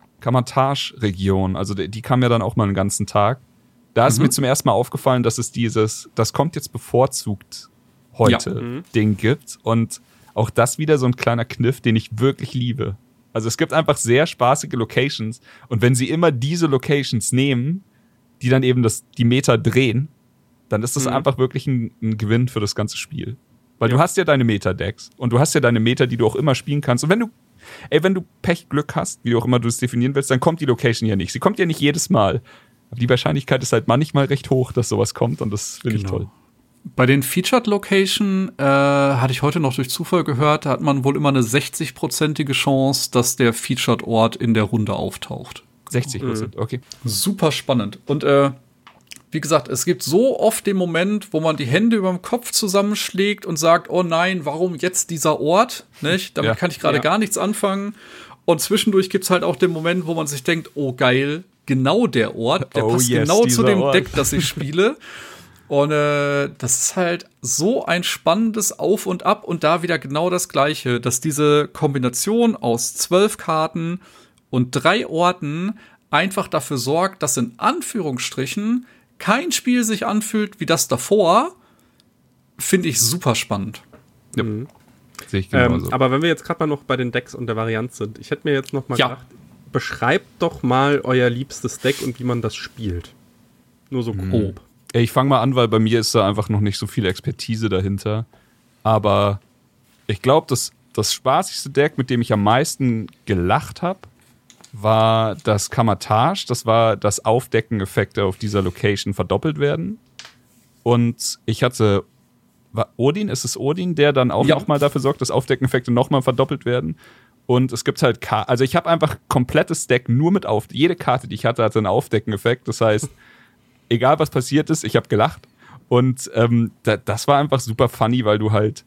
Kamatage-Region, also die, die kam ja dann auch mal einen ganzen Tag. Da ist Mhm. mir zum ersten Mal aufgefallen, dass es dieses, das kommt jetzt bevorzugt heute Ja. Mhm. Ding gibt und auch das wieder so ein kleiner Kniff, den ich wirklich liebe. Also es gibt einfach sehr spaßige Locations und wenn sie immer diese Locations nehmen, die dann eben das, die Meter drehen, dann ist das Mhm. einfach wirklich ein, ein Gewinn für das ganze Spiel. Weil Ja. du hast ja deine Meta-Decks und du hast ja deine Meta, die du auch immer spielen kannst. Und wenn du, ey, wenn du Pech, Glück hast, wie auch immer du es definieren willst, dann kommt die Location ja nicht. Sie kommt ja nicht jedes Mal. Aber die Wahrscheinlichkeit ist halt manchmal recht hoch, dass sowas kommt und das finde ich Genau. toll. Bei den Featured Location äh, hatte ich heute noch durch Zufall gehört, da hat man wohl immer eine sechzig-prozentige Chance, dass der Featured Ort in der Runde auftaucht. sechzig Prozent, okay. Super spannend. Und äh, wie gesagt, es gibt so oft den Moment, wo man die Hände über dem Kopf zusammenschlägt und sagt, oh nein, warum jetzt dieser Ort? Nicht? Damit Ja. kann ich gerade Ja. gar nichts anfangen. Und zwischendurch gibt's halt auch den Moment, wo man sich denkt, oh geil, genau der Ort, der Oh passt yes, genau zu dieser dem Ort. Deck, das ich spiele. Und äh, das ist halt so ein spannendes Auf und Ab und da wieder genau das Gleiche, dass diese Kombination aus zwölf Karten und drei Orten einfach dafür sorgt, dass in Anführungsstrichen kein Spiel sich anfühlt wie das davor, finde ich super spannend. Ja. Mhm. Sehe ich genauso. Ähm, aber wenn wir jetzt gerade mal noch bei den Decks und der Variante sind, ich hätte mir jetzt noch mal Ja. gedacht, beschreibt doch mal euer liebstes Deck und wie man das spielt. Nur so grob. Ey, ich fange mal an, weil bei mir ist da einfach noch nicht so viel Expertise dahinter. Aber ich glaube, das, das spaßigste Deck, mit dem ich am meisten gelacht habe, war das Kamatage. Das war das Aufdecken-Effekte auf dieser Location verdoppelt werden. Und ich hatte, war Odin, ist es Odin, der dann auch Ja. nochmal dafür sorgt, dass Aufdecken-Effekte nochmal verdoppelt werden. Und es gibt halt, Ka- also ich habe einfach komplettes Deck nur mit auf. Jede Karte, die ich hatte, hatte einen Aufdecken-Effekt. Das heißt, egal was passiert ist, ich habe gelacht. Und ähm, da, das war einfach super funny, weil du halt,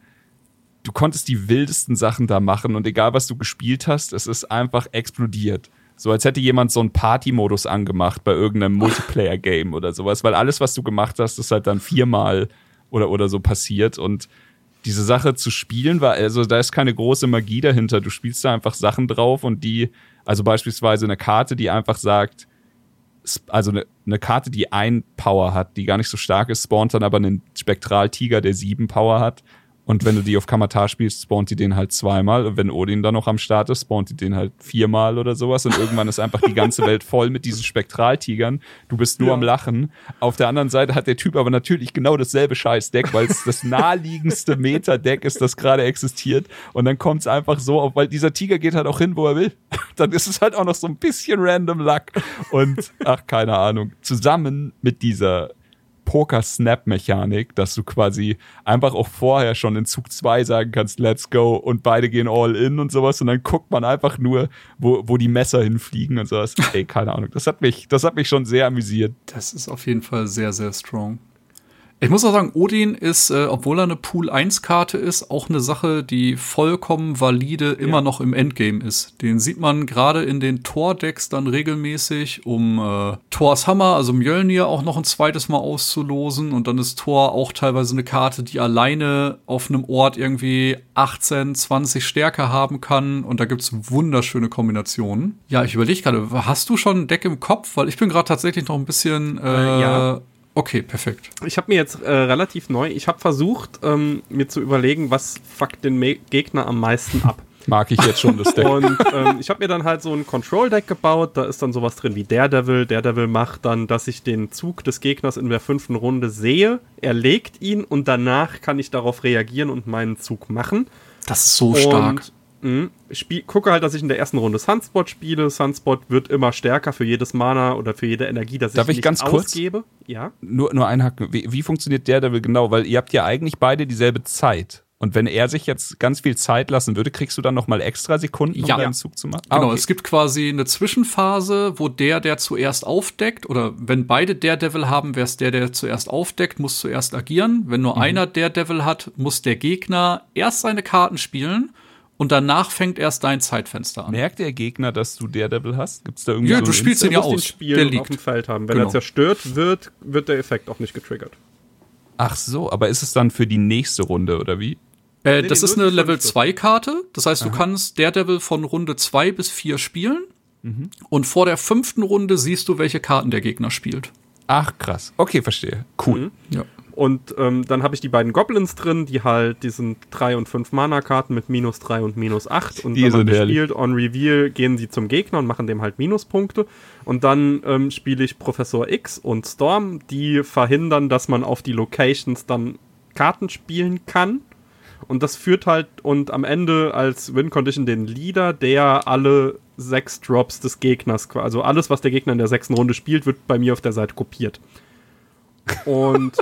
du konntest die wildesten Sachen da machen und egal was du gespielt hast, es ist einfach explodiert. So als hätte jemand so einen Party-Modus angemacht bei irgendeinem Multiplayer-Game oder sowas, weil alles, was du gemacht hast, ist halt dann viermal oder, oder so passiert. Und diese Sache zu spielen war, also da ist keine große Magie dahinter. Du spielst da einfach Sachen drauf und die, also beispielsweise eine Karte, die einfach sagt, also eine, eine Karte, die ein Power hat, die gar nicht so stark ist, spawnt dann aber einen Spektraltiger, der sieben Power hat. Und wenn du die auf Kamatar spielst, spawnt die den halt zweimal. Und wenn Odin dann noch am Start ist, spawnt die den halt viermal oder sowas. Und irgendwann ist einfach die ganze Welt voll mit diesen Spektraltigern. Du bist nur Ja. am Lachen. Auf der anderen Seite hat der Typ aber natürlich genau dasselbe Scheiß-Deck, weil es das naheliegendste Meta-Deck ist, das gerade existiert. Und dann kommt es einfach so auf, weil dieser Tiger geht halt auch hin, wo er will. Dann ist es halt auch noch so ein bisschen random Luck. Und ach, keine Ahnung. Zusammen mit dieser Poker-Snap-Mechanik, dass du quasi einfach auch vorher schon in Zug zwei sagen kannst, let's go, und beide gehen all in und sowas und dann guckt man einfach nur, wo, wo die Messer hinfliegen und sowas. Ey, keine Ahnung. Das hat mich, das hat mich schon sehr amüsiert. Das ist auf jeden Fall sehr, sehr strong. Ich muss auch sagen, Odin ist, äh, obwohl er eine Pool eins Karte ist, auch eine Sache, die vollkommen valide immer noch im Endgame ist. Den sieht man gerade in den Thor-Decks dann regelmäßig, um äh, Thors Hammer, also Mjölnir, auch noch ein zweites Mal auszulosen. Und dann ist Thor auch teilweise eine Karte, die alleine auf einem Ort irgendwie achtzehn, zwanzig Stärke haben kann. Und da gibt's wunderschöne Kombinationen. Ja, ich überlege gerade, hast du schon ein Deck im Kopf? Weil ich bin gerade tatsächlich noch ein bisschen äh, Äh, ja. Okay, perfekt. Ich habe mir jetzt äh, relativ neu, ich habe versucht, ähm, mir zu überlegen, was fuckt den Me- Gegner am meisten ab. Mag ich jetzt schon das Deck. Und ähm, ich habe mir dann halt so ein Control-Deck gebaut, da ist dann sowas drin wie Daredevil. Daredevil macht dann, dass ich den Zug des Gegners in der fünften Runde sehe, er legt ihn und danach kann ich darauf reagieren und meinen Zug machen. Das ist so stark. Und mh, spiel, gucke halt, dass ich in der ersten Runde Sunspot spiele. Sunspot wird immer stärker für jedes Mana oder für jede Energie, das Darf ich ich nicht ganz kurz? ausgebe. Ja. Nur, nur einhaken. Wie, wie funktioniert Daredevil genau? Weil ihr habt ja eigentlich beide dieselbe Zeit. Und wenn er sich jetzt ganz viel Zeit lassen würde, kriegst du dann noch mal extra Sekunden, um Ja. deinen Zug zu machen? Genau, Ah, okay. es gibt quasi eine Zwischenphase, wo der, der zuerst aufdeckt, oder wenn beide Daredevil haben, wäre es der, der zuerst aufdeckt, muss zuerst agieren. Wenn nur einer Daredevil hat, muss der Gegner erst seine Karten spielen und danach fängt erst dein Zeitfenster an. Merkt der Gegner, dass du Daredevil hast? Gibt's da irgendwie Ja, so du ein spielst Insta- den ja Du musst aus. ihn spielen Der und liegt. auf dem Feld haben. Wenn Genau. er zerstört wird, wird der Effekt auch nicht getriggert. Ach so, aber ist es dann für die nächste Runde, oder wie? Äh, Nee, das nee, ist nur eine die Level fünfte. zwei Karte. Das heißt, du kannst Daredevil von Runde zwei bis vier spielen. Und vor der fünften Runde siehst du, welche Karten der Gegner spielt. Ach, krass. Okay, verstehe. Cool. Ja. Und ähm, dann habe ich die beiden Goblins drin, die halt, die sind drei und fünf Mana-Karten mit minus drei und minus acht. Und Die wenn man sind die herrlich. spielt, on Reveal, gehen sie zum Gegner und machen dem halt Minuspunkte. Und dann ähm, spiele ich Professor X und Storm, die verhindern, dass man auf die Locations dann Karten spielen kann. Und das führt halt, und am Ende als Win-Condition den Leader, der alle sechs Drops des Gegners, also alles, was der Gegner in der sechsten Runde spielt, wird bei mir auf der Seite kopiert. Und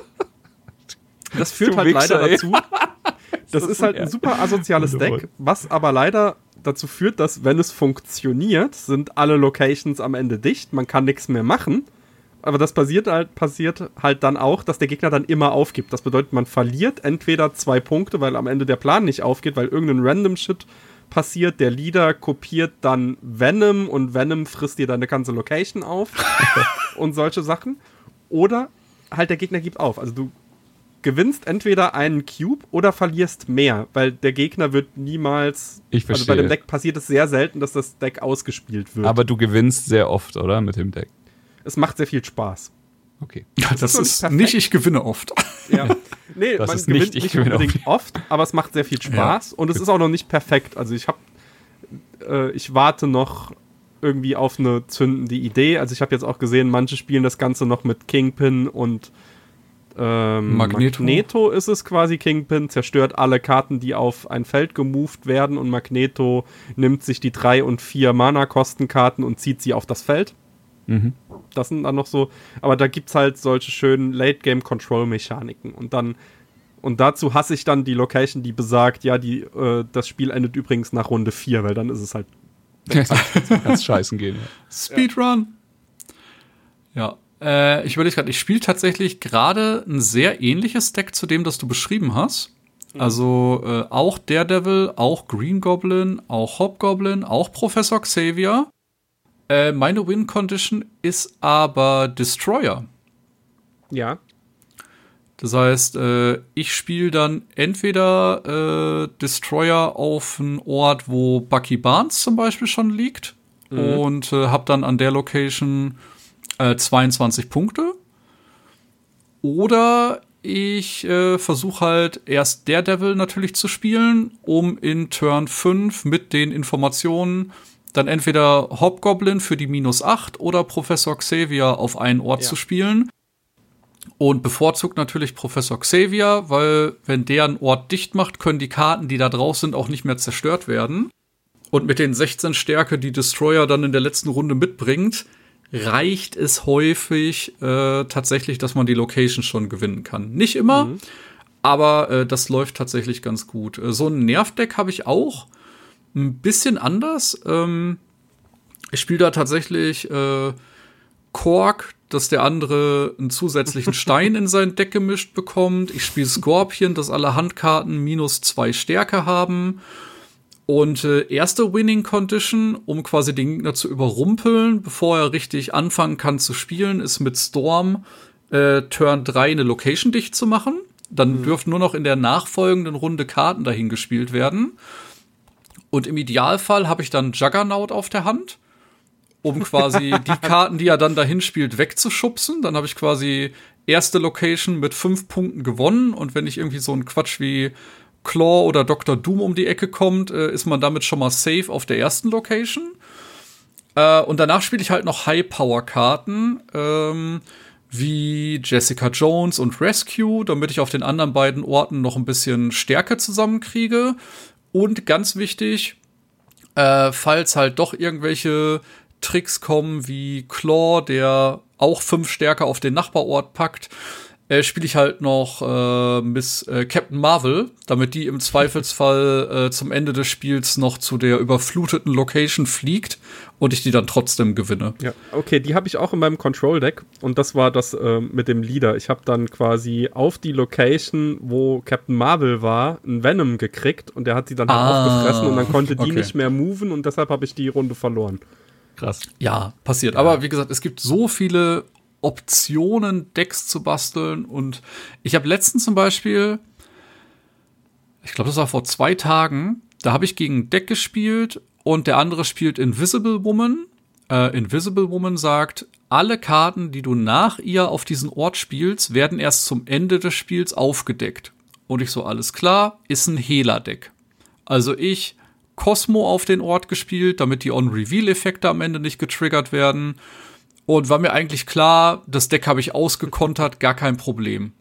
das führt Du halt Wichser, leider ey. dazu, das ist halt ein super asoziales Wundervoll. Deck, was aber leider dazu führt, dass, wenn es funktioniert, sind alle Locations am Ende dicht, man kann nichts mehr machen. Aber das passiert halt, passiert halt dann auch, dass der Gegner dann immer aufgibt. Das bedeutet, man verliert entweder zwei Punkte, weil am Ende der Plan nicht aufgeht, weil irgendein random Shit passiert. Der Leader kopiert dann Venom und Venom frisst dir deine ganze Location auf und solche Sachen. Oder halt der Gegner gibt auf. Also du gewinnst entweder einen Cube oder verlierst mehr, weil der Gegner wird niemals... Ich Also bei verstehe. dem Deck passiert es sehr selten, dass das Deck ausgespielt wird. Aber du gewinnst sehr oft, oder? Mit dem Deck. es macht sehr viel Spaß. Okay. Das ist noch ist nicht nicht, perfekt. ich gewinne oft. Ja. Nee, das man ist gewinnt nicht, nicht ich gewinne unbedingt oft, aber es macht sehr viel Spaß. Ja. Und es ist auch noch nicht perfekt. Also ich habe, äh, ich warte noch irgendwie auf eine zündende Idee. Also ich habe jetzt auch gesehen, manche spielen das Ganze noch mit Kingpin und ähm, Magneto. Magneto ist es quasi. Kingpin zerstört alle Karten, die auf ein Feld gemoved werden, und Magneto nimmt sich die drei und vier Mana-Kostenkarten und zieht sie auf das Feld. Mhm. Das sind dann noch so, aber da gibt's halt solche schönen Late-Game-Control-Mechaniken und dann und dazu hasse ich dann die Location, die besagt, ja, die äh, das Spiel endet übrigens nach Runde vier, weil dann ist es halt Ganz scheißen gehen. Ja. Speedrun. Ja, äh, ich überlege gerade, ich spiele tatsächlich gerade ein sehr ähnliches Deck zu dem, das du beschrieben hast. Also äh, auch Daredevil, auch Green Goblin, auch Hobgoblin, auch Professor Xavier. Äh, meine Win-Condition ist aber Destroyer. ja. Das heißt, äh, ich spiele dann entweder äh, Destroyer auf einen Ort, wo Bucky Barnes zum Beispiel schon liegt, mhm. und äh, habe dann an der Location äh, zweiundzwanzig Punkte. Oder ich äh, versuche halt erst Daredevil natürlich zu spielen, um in Turn fünf mit den Informationen dann entweder Hobgoblin für die minus acht oder Professor Xavier auf einen Ort Ja. zu spielen. Und bevorzugt natürlich Professor Xavier, weil wenn der einen Ort dicht macht, können die Karten, die da drauf sind, auch nicht mehr zerstört werden. Und mit den sechzehn Stärke, die Destroyer dann in der letzten Runde mitbringt, reicht es häufig äh, tatsächlich, dass man die Location schon gewinnen kann. Nicht immer, mhm. aber äh, das läuft tatsächlich ganz gut. Äh, so ein Nervdeck habe ich auch. Ein bisschen anders. Ähm, ich spiele da tatsächlich äh, Kork, dass der andere einen zusätzlichen Stein in sein Deck gemischt bekommt. Ich spiele Scorpion, dass alle Handkarten minus zwei Stärke haben. Und äh, erste Winning Condition, um quasi den Gegner zu überrumpeln, bevor er richtig anfangen kann zu spielen, ist mit Storm äh, Turn drei eine Location dicht zu machen. Dann mhm. dürfen nur noch in der nachfolgenden Runde Karten dahin gespielt werden. Und im Idealfall habe ich dann Juggernaut auf der Hand, um quasi die Karten, die er dann dahin spielt, wegzuschubsen. Dann habe ich quasi erste Location mit fünf Punkten gewonnen. Und wenn ich irgendwie so ein Quatsch wie Claw oder Doktor Doom um die Ecke kommt, äh, ist man damit schon mal safe auf der ersten Location. Äh, und danach spiele ich halt noch High-Power-Karten, ähm, wie Jessica Jones und Rescue, damit ich auf den anderen beiden Orten noch ein bisschen Stärke zusammenkriege. Und ganz wichtig, äh, falls halt doch irgendwelche Tricks kommen wie Claw, der auch fünf Stärke auf den Nachbarort packt, äh, spiele ich halt noch äh, Miss äh, Captain Marvel, damit die im Zweifelsfall äh, zum Ende des Spiels noch zu der überfluteten Location fliegt und ich die dann trotzdem gewinne. Ja, okay, die habe ich auch in meinem Control-Deck und das war das äh, mit dem Leader. Ich habe dann quasi auf die Location, wo Captain Marvel war, einen Venom gekriegt und der hat sie dann halt Ah, aufgefressen und dann konnte die okay. nicht mehr moven und deshalb habe ich die Runde verloren. Krass. Ja, passiert. Aber wie gesagt, es gibt so viele Optionen, Decks zu basteln. Und ich habe letztens zum Beispiel, ich glaube, das war vor zwei Tagen, da habe ich gegen ein Deck gespielt und der andere spielt Invisible Woman. Äh, Invisible Woman sagt, alle Karten, die du nach ihr auf diesen Ort spielst, werden erst zum Ende des Spiels aufgedeckt. Und ich so, alles klar, ist ein Hehler-Deck. Also ich Cosmo auf den Ort gespielt, damit die On-Reveal-Effekte am Ende nicht getriggert werden. Und war mir eigentlich klar, das Deck habe ich ausgekontert, gar kein Problem.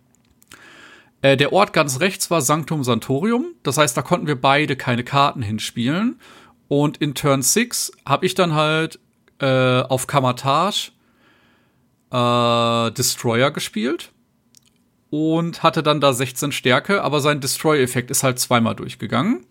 Äh, der Ort ganz rechts war Sanctum Sanctorium. Das heißt, da konnten wir beide keine Karten hinspielen. Und in Turn sechs habe ich dann halt äh, auf Kamatage äh, Destroyer gespielt. Und hatte dann da sechzehn Stärke, aber sein Destroy-Effekt ist halt zweimal durchgegangen.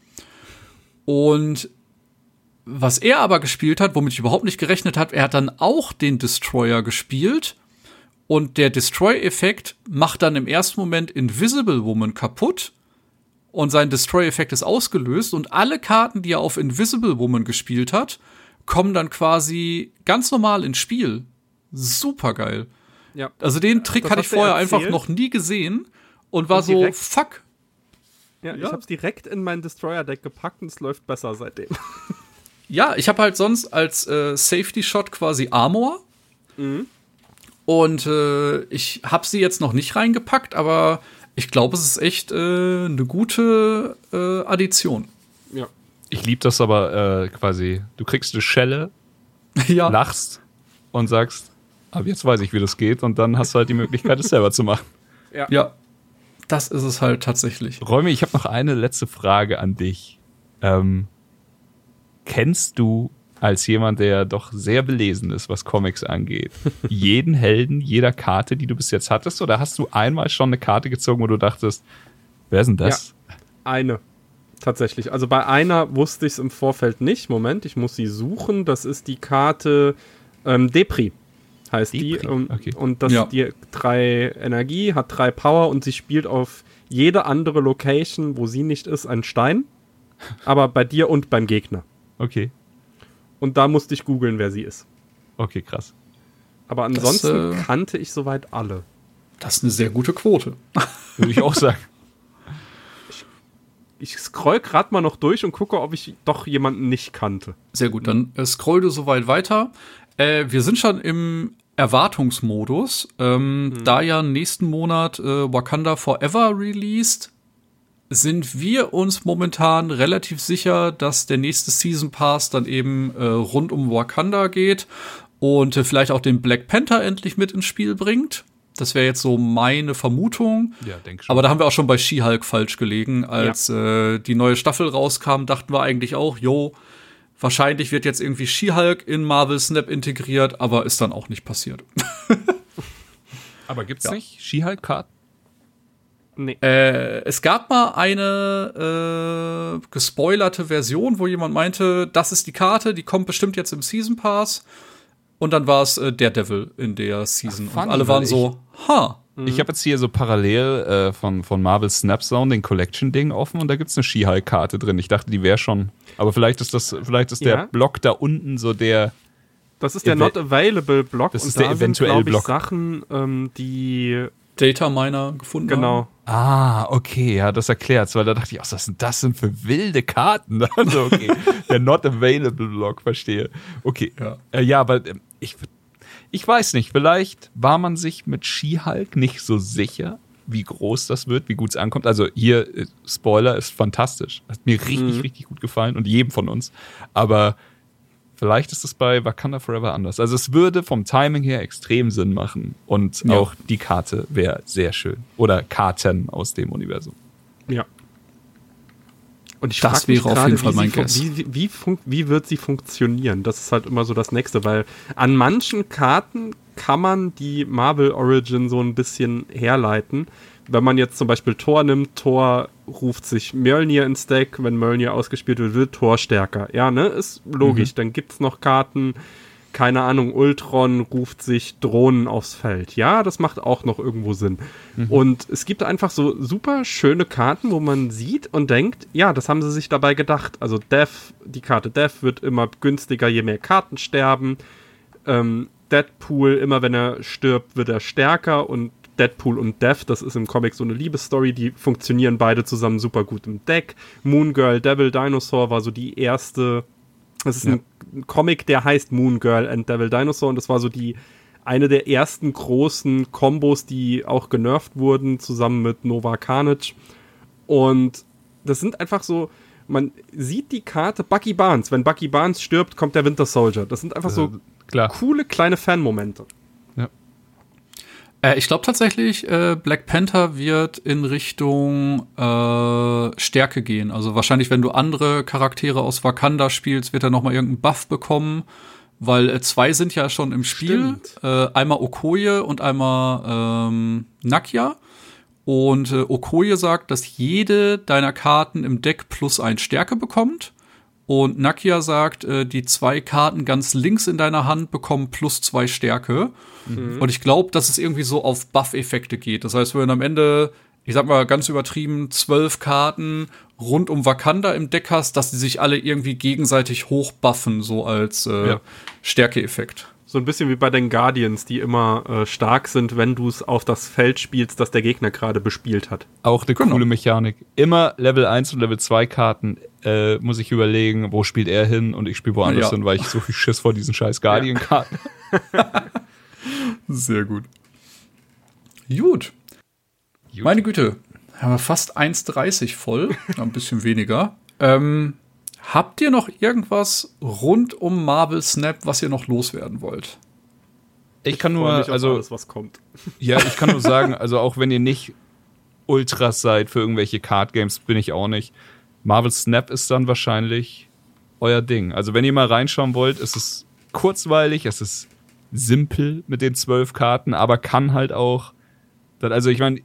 Und was er aber gespielt hat, womit ich überhaupt nicht gerechnet habe, er hat dann auch den Destroyer gespielt. Und der Destroy-Effekt macht dann im ersten Moment Invisible Woman kaputt. Und sein Destroy-Effekt ist ausgelöst. Und alle Karten, die er auf Invisible Woman gespielt hat, kommen dann quasi ganz normal ins Spiel. Supergeil. Ja. Also den Trick Das hatte ich hast du vorher erzählt. einfach noch nie gesehen. Und war Und so, direkt- fuck. Ja, Ja. ich habe es direkt in mein Destroyer-Deck gepackt und es läuft besser seitdem. Ja, ich habe halt sonst als äh, Safety-Shot quasi Armor. Mhm. Und äh, ich habe sie jetzt noch nicht reingepackt, aber ich glaube, es ist echt äh, eine gute äh, Addition. Ja. Ich liebe das aber äh, quasi, du kriegst eine Schelle, Ja. lachst und sagst, aber jetzt weiß ich, wie das geht, und dann hast du halt die Möglichkeit, es selber zu machen. Ja. Das ist es halt tatsächlich. Räumi, ich habe noch eine letzte Frage an dich. Ähm, kennst du als jemand, der doch sehr belesen ist, was Comics angeht, jeden Helden jeder Karte, die du bis jetzt hattest? Oder hast du einmal schon eine Karte gezogen, wo du dachtest, wer ist denn das? Ja, eine. Tatsächlich. Also bei einer wusste ich es im Vorfeld nicht. Moment, ich muss sie suchen. Das ist die Karte ähm, Depri, heißt Depri, die. Und, okay. und das Ja. die drei Energie, hat drei Power und sie spielt auf jede andere Location, wo sie nicht ist, einen Stein. Aber bei dir und beim Gegner. Okay, Und da musste ich googeln, wer sie ist. okay, krass. Aber ansonsten Das, äh, kannte ich soweit alle. Das ist eine sehr gute Quote. Würde ich auch sagen. Ich scroll gerade mal noch durch und gucke, ob ich doch jemanden nicht kannte. Sehr gut, dann äh, scroll du soweit weiter. Äh, wir sind schon im Erwartungsmodus. Ähm, Da ja nächsten Monat äh, Wakanda Forever released, sind wir uns momentan relativ sicher, dass der nächste Season Pass dann eben äh, rund um Wakanda geht und äh, vielleicht auch den Black Panther endlich mit ins Spiel bringt. Das wäre jetzt so meine Vermutung. Ja, denke schon. Aber da haben wir auch schon bei She-Hulk falsch gelegen. Als äh, die neue Staffel rauskam, dachten wir eigentlich auch, jo, wahrscheinlich wird jetzt irgendwie She-Hulk in Marvel Snap integriert, aber ist dann auch nicht passiert. Aber gibt's Ja. nicht She-Hulk-Karten? Nee. Äh, es gab mal eine äh, gespoilerte Version, wo jemand meinte, das ist die Karte, die kommt bestimmt jetzt im Season Pass. Und dann war es äh, Daredevil in der Season. Ach, funny, und alle waren weil so, ha. Ich habe jetzt hier so parallel äh, von, von Marvel Snap Zone den Collection-Ding offen, und da gibt's eine She-Hulk-Karte drin. Ich dachte, die wäre schon. Aber vielleicht ist das, vielleicht ist der Ja. Block da unten so der. Das ist der Ev- Not Available Block. Das und ist der da sind, eventuell glaub ich, Block. Sachen, ähm, die Data Miner gefunden genau. haben. Ah, okay, ja, das erklärt's, weil da dachte ich, was sind das denn für wilde Karten? Also, okay, der Not Available Block, verstehe. Okay, Ja. äh, ja, aber äh, ich, ich weiß nicht, vielleicht war man sich mit She-Hulk nicht so sicher, wie groß das wird, wie gut es ankommt. Also hier, äh, Spoiler, ist fantastisch. Hat mir richtig, Mhm. richtig gut gefallen und jedem von uns. Aber vielleicht ist es bei Wakanda Forever anders. Also es würde vom Timing her extrem Sinn machen. Und Ja. auch die Karte wäre sehr schön. Oder Karten aus dem Universum. Ja. Und ich Das frag mich wäre auf gerade, jeden Fall wie mein sie fun- Guess. Wie, wie, wie, fun- wie wird sie funktionieren? Das ist halt immer so das Nächste, weil an manchen Karten kann man die Marvel Origin so ein bisschen herleiten. Wenn man jetzt zum Beispiel Thor nimmt, Thor ruft sich Mjölnir ins Deck, wenn Mjölnir ausgespielt wird, wird Thor stärker. Ja, ne, ist logisch. Dann gibt's noch Karten, keine Ahnung, Ultron ruft sich Drohnen aufs Feld. Ja, das macht auch noch irgendwo Sinn. Und es gibt einfach so super schöne Karten, wo man sieht und denkt, ja, das haben sie sich dabei gedacht. Also Death, die Karte Death wird immer günstiger, je mehr Karten sterben. Ähm, Deadpool, immer wenn er stirbt, wird er stärker, und Deadpool und Death, das ist im Comic so eine Liebesstory, die funktionieren beide zusammen super gut im Deck. Moon Girl, Devil Dinosaur war so die erste, das ist Ja. ein, ein Comic, der heißt Moon Girl and Devil Dinosaur, und das war so die eine der ersten großen Kombos, die auch genervt wurden, zusammen mit Nova Carnage. Und das sind einfach so, man sieht die Karte Bucky Barnes, wenn Bucky Barnes stirbt, kommt der Winter Soldier. Das sind einfach so Äh, klar. coole kleine Fanmomente. Äh, ich glaube tatsächlich, äh, Black Panther wird in Richtung äh, Stärke gehen. Also wahrscheinlich, wenn du andere Charaktere aus Wakanda spielst, wird er noch mal irgendeinen Buff bekommen. Weil äh, zwei sind ja schon im Spiel. Äh, einmal Okoye und einmal ähm, Nakia. Und äh, Okoye sagt, dass jede deiner Karten im Deck plus ein Stärke bekommt. Und Nakia sagt, äh, die zwei Karten ganz links in deiner Hand bekommen plus zwei Stärke. Mhm. Und ich glaube, dass es irgendwie so auf Buff-Effekte geht. Das heißt, wenn du am Ende, ich sag mal ganz übertrieben, zwölf Karten rund um Wakanda im Deck hast, dass die sich alle irgendwie gegenseitig hochbuffen, so als äh, Ja. Stärke-Effekt. So ein bisschen wie bei den Guardians, die immer äh, stark sind, wenn du es auf das Feld spielst, das der Gegner gerade bespielt hat. Auch eine Genau. coole Mechanik. Immer Level eins und Level zwei Karten äh, muss ich überlegen, wo spielt er hin, und ich spiele woanders Ja. hin, weil ich so viel Schiss vor diesen scheiß Guardian-Karten. Sehr gut. Gut. Gut. Meine Güte, haben wir fast eins dreißig voll, ein bisschen weniger. Ähm, habt ihr noch irgendwas rund um Marvel Snap, was ihr noch loswerden wollt? Ich kann nur, also alles, was kommt. Ja, ich kann nur sagen, also auch wenn ihr nicht Ultras seid für irgendwelche Card Games, bin ich auch nicht. Marvel Snap ist dann wahrscheinlich euer Ding. Also wenn ihr mal reinschauen wollt, ist es kurzweilig, es ist simpel mit den zwölf Karten, aber kann halt auch, also ich meine,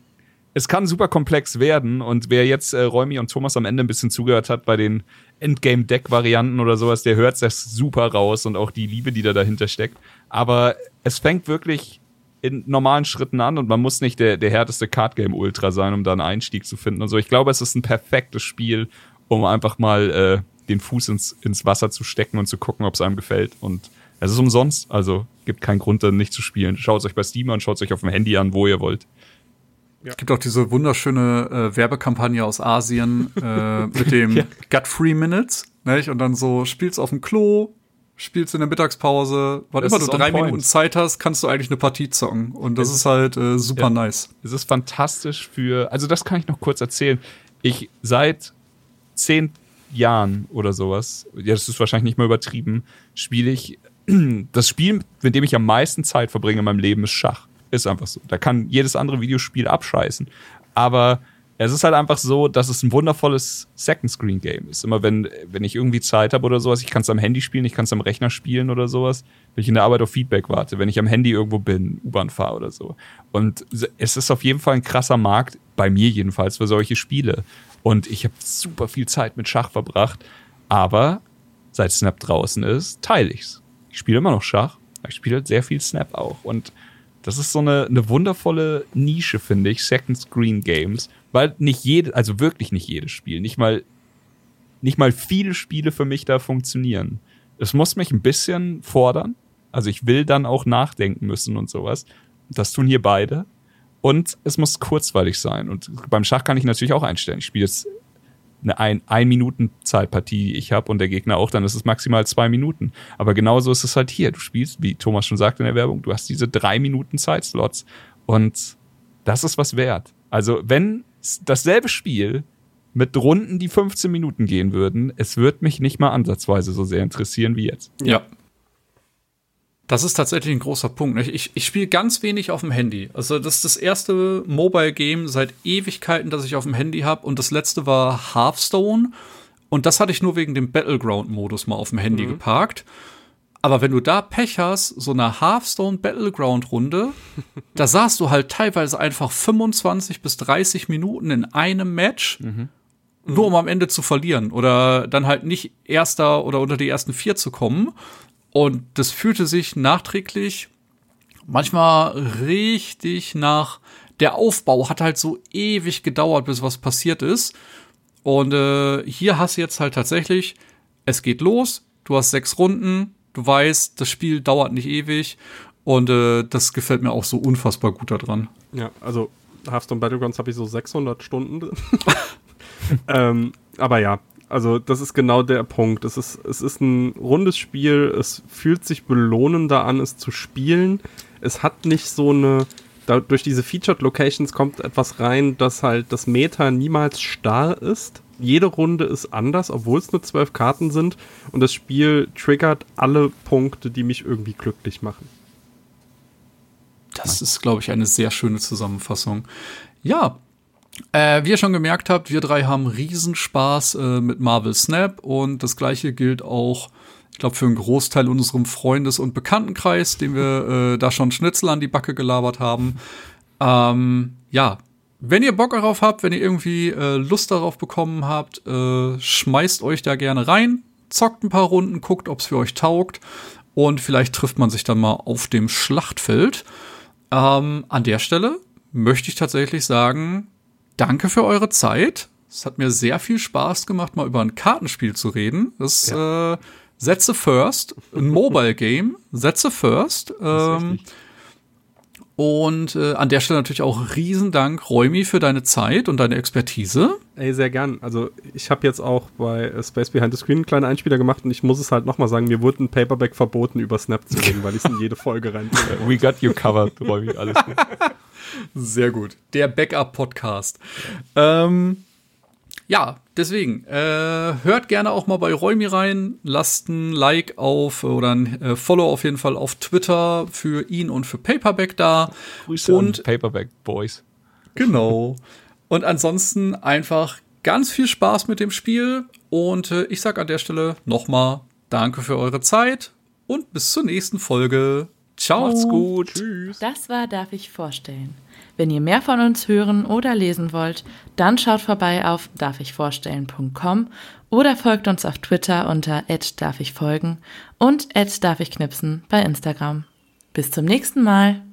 es kann super komplex werden und wer jetzt äh, Räumi und Thomas am Ende ein bisschen zugehört hat bei den Endgame-Deck-Varianten oder sowas, der hört das super raus und auch die Liebe, die da dahinter steckt. Aber es fängt wirklich in normalen Schritten an und man muss nicht der, der härteste Card-Game-Ultra sein, um da einen Einstieg zu finden und so. Ich glaube, es ist ein perfektes Spiel, um einfach mal äh, den Fuß ins, ins Wasser zu stecken und zu gucken, ob es einem gefällt. Und es ist umsonst, also gibt keinen Grund, dann nicht zu spielen. Schaut es euch bei Steam an, schaut es euch auf dem Handy an, wo ihr wollt. Ja. Es gibt auch diese wunderschöne äh, Werbekampagne aus Asien äh, mit dem ja. Gut-Free Minutes, nicht? Und dann so, spielst auf dem Klo, spielst in der Mittagspause, wann immer du drei Minuten Zeit hast, kannst du eigentlich eine Partie zocken. Und das es ist halt äh, super ja. nice. Es ist fantastisch für, also das kann ich noch kurz erzählen. Ich seit zehn Jahren oder sowas, ja, das ist wahrscheinlich nicht mal übertrieben, spiele ich, das Spiel, mit dem ich am meisten Zeit verbringe in meinem Leben, ist Schach. Ist einfach so. Da kann jedes andere Videospiel abscheißen. Aber es ist halt einfach so, dass es ein wundervolles Second-Screen-Game ist. Immer wenn, wenn ich irgendwie Zeit habe oder sowas, ich kann es am Handy spielen, ich kann es am Rechner spielen oder sowas, wenn ich in der Arbeit auf Feedback warte, wenn ich am Handy irgendwo bin, U-Bahn fahre oder so. Und es ist auf jeden Fall ein krasser Markt, bei mir jedenfalls, für solche Spiele. Und ich habe super viel Zeit mit Schach verbracht. Aber seit Snap draußen ist, teile ich's. Ich spiele immer noch Schach, aber ich spiele halt sehr viel Snap auch. Und das ist so eine, eine wundervolle Nische, finde ich, Second-Screen-Games, weil nicht jede, also wirklich nicht jedes Spiel, nicht mal, nicht mal viele Spiele für mich da funktionieren. Es muss mich ein bisschen fordern, also ich will dann auch nachdenken müssen und sowas. Das tun hier beide. Und es muss kurzweilig sein. Und beim Schach kann ich natürlich auch einstellen. Ich spiele jetzt eine ein, ein Minuten Zeitpartie, die ich habe und der Gegner auch, dann ist es maximal zwei Minuten. Aber genauso ist es halt hier. Du spielst, wie Thomas schon sagte in der Werbung, du hast diese drei Minuten Zeitslots und das ist was wert. Also wenn dasselbe Spiel mit Runden, die fünfzehn Minuten gehen würden, es wird mich nicht mal ansatzweise so sehr interessieren wie jetzt. Ja. Das ist tatsächlich ein großer Punkt. Ich, ich spiele ganz wenig auf dem Handy. Also das ist das erste Mobile-Game seit Ewigkeiten, das ich auf dem Handy habe. Und das letzte war Hearthstone. Und das hatte ich nur wegen dem Battleground-Modus mal auf dem Handy mhm. geparkt. Aber wenn du da Pech hast, so eine Hearthstone-Battleground-Runde, da saßt du halt teilweise einfach fünfundzwanzig bis dreißig Minuten in einem Match, mhm. nur um am Ende zu verlieren. Oder dann halt nicht Erster oder unter die ersten vier zu kommen. Und das fühlte sich nachträglich manchmal richtig nach, der Aufbau hat halt so ewig gedauert, bis was passiert ist. Und äh, hier hast du jetzt halt tatsächlich, es geht los, du hast sechs Runden, du weißt, das Spiel dauert nicht ewig. Und äh, das gefällt mir auch so unfassbar gut daran. Ja, also Hearthstone Battlegrounds habe ich so sechshundert Stunden drin. ähm, aber ja. Also das ist genau der Punkt. Es ist, es ist ein rundes Spiel, es fühlt sich belohnender an, es zu spielen. Es hat nicht so eine, da, durch diese Featured Locations kommt etwas rein, dass halt das Meta niemals starr ist. Jede Runde ist anders, obwohl es nur zwölf Karten sind. Und das Spiel triggert alle Punkte, die mich irgendwie glücklich machen. Das ist, glaube ich, eine sehr schöne Zusammenfassung. Ja, Äh, wie ihr schon gemerkt habt, wir drei haben Riesenspaß äh, mit Marvel Snap und das gleiche gilt auch, ich glaube, für einen Großteil unserem Freundes- und Bekanntenkreis, dem wir äh, da schon Schnitzel an die Backe gelabert haben. Ähm, ja, wenn ihr Bock darauf habt, wenn ihr irgendwie äh, Lust darauf bekommen habt, äh, schmeißt euch da gerne rein, zockt ein paar Runden, guckt, ob es für euch taugt und vielleicht trifft man sich dann mal auf dem Schlachtfeld. Ähm, an der Stelle möchte ich tatsächlich sagen, danke für eure Zeit. Es hat mir sehr viel Spaß gemacht, mal über ein Kartenspiel zu reden. Das ja. äh, Sätze First, ein Mobile Game, Sätze First. Ähm, Und äh, an der Stelle natürlich auch riesen Dank, Räumi, für deine Zeit und deine Expertise. Ey, sehr gern. Also ich habe jetzt auch bei äh, Space Behind the Screen einen kleinen Einspieler gemacht und ich muss es halt nochmal sagen, mir wurde ein Paperback verboten, über Snap zu reden, weil ich es in jede Folge rein. We got you covered, Räumi, alles gut. Sehr gut. Der Backup-Podcast. Ja. Ähm, ja, deswegen, äh, hört gerne auch mal bei Räumi rein, lasst ein Like auf oder ein äh, Follow auf jeden Fall auf Twitter für ihn und für Paperback da. Grüße und an Paperback Boys. Genau. Und ansonsten einfach ganz viel Spaß mit dem Spiel und äh, ich sag an der Stelle nochmal danke für eure Zeit und bis zur nächsten Folge. Ciao. Macht's gut. Tschüss. Das war Darf ich vorstellen. Wenn ihr mehr von uns hören oder lesen wollt, dann schaut vorbei auf darf ich vorstellen punkt com oder folgt uns auf Twitter unter at darf ich folgen und at darf ich knipsen bei Instagram. Bis zum nächsten Mal.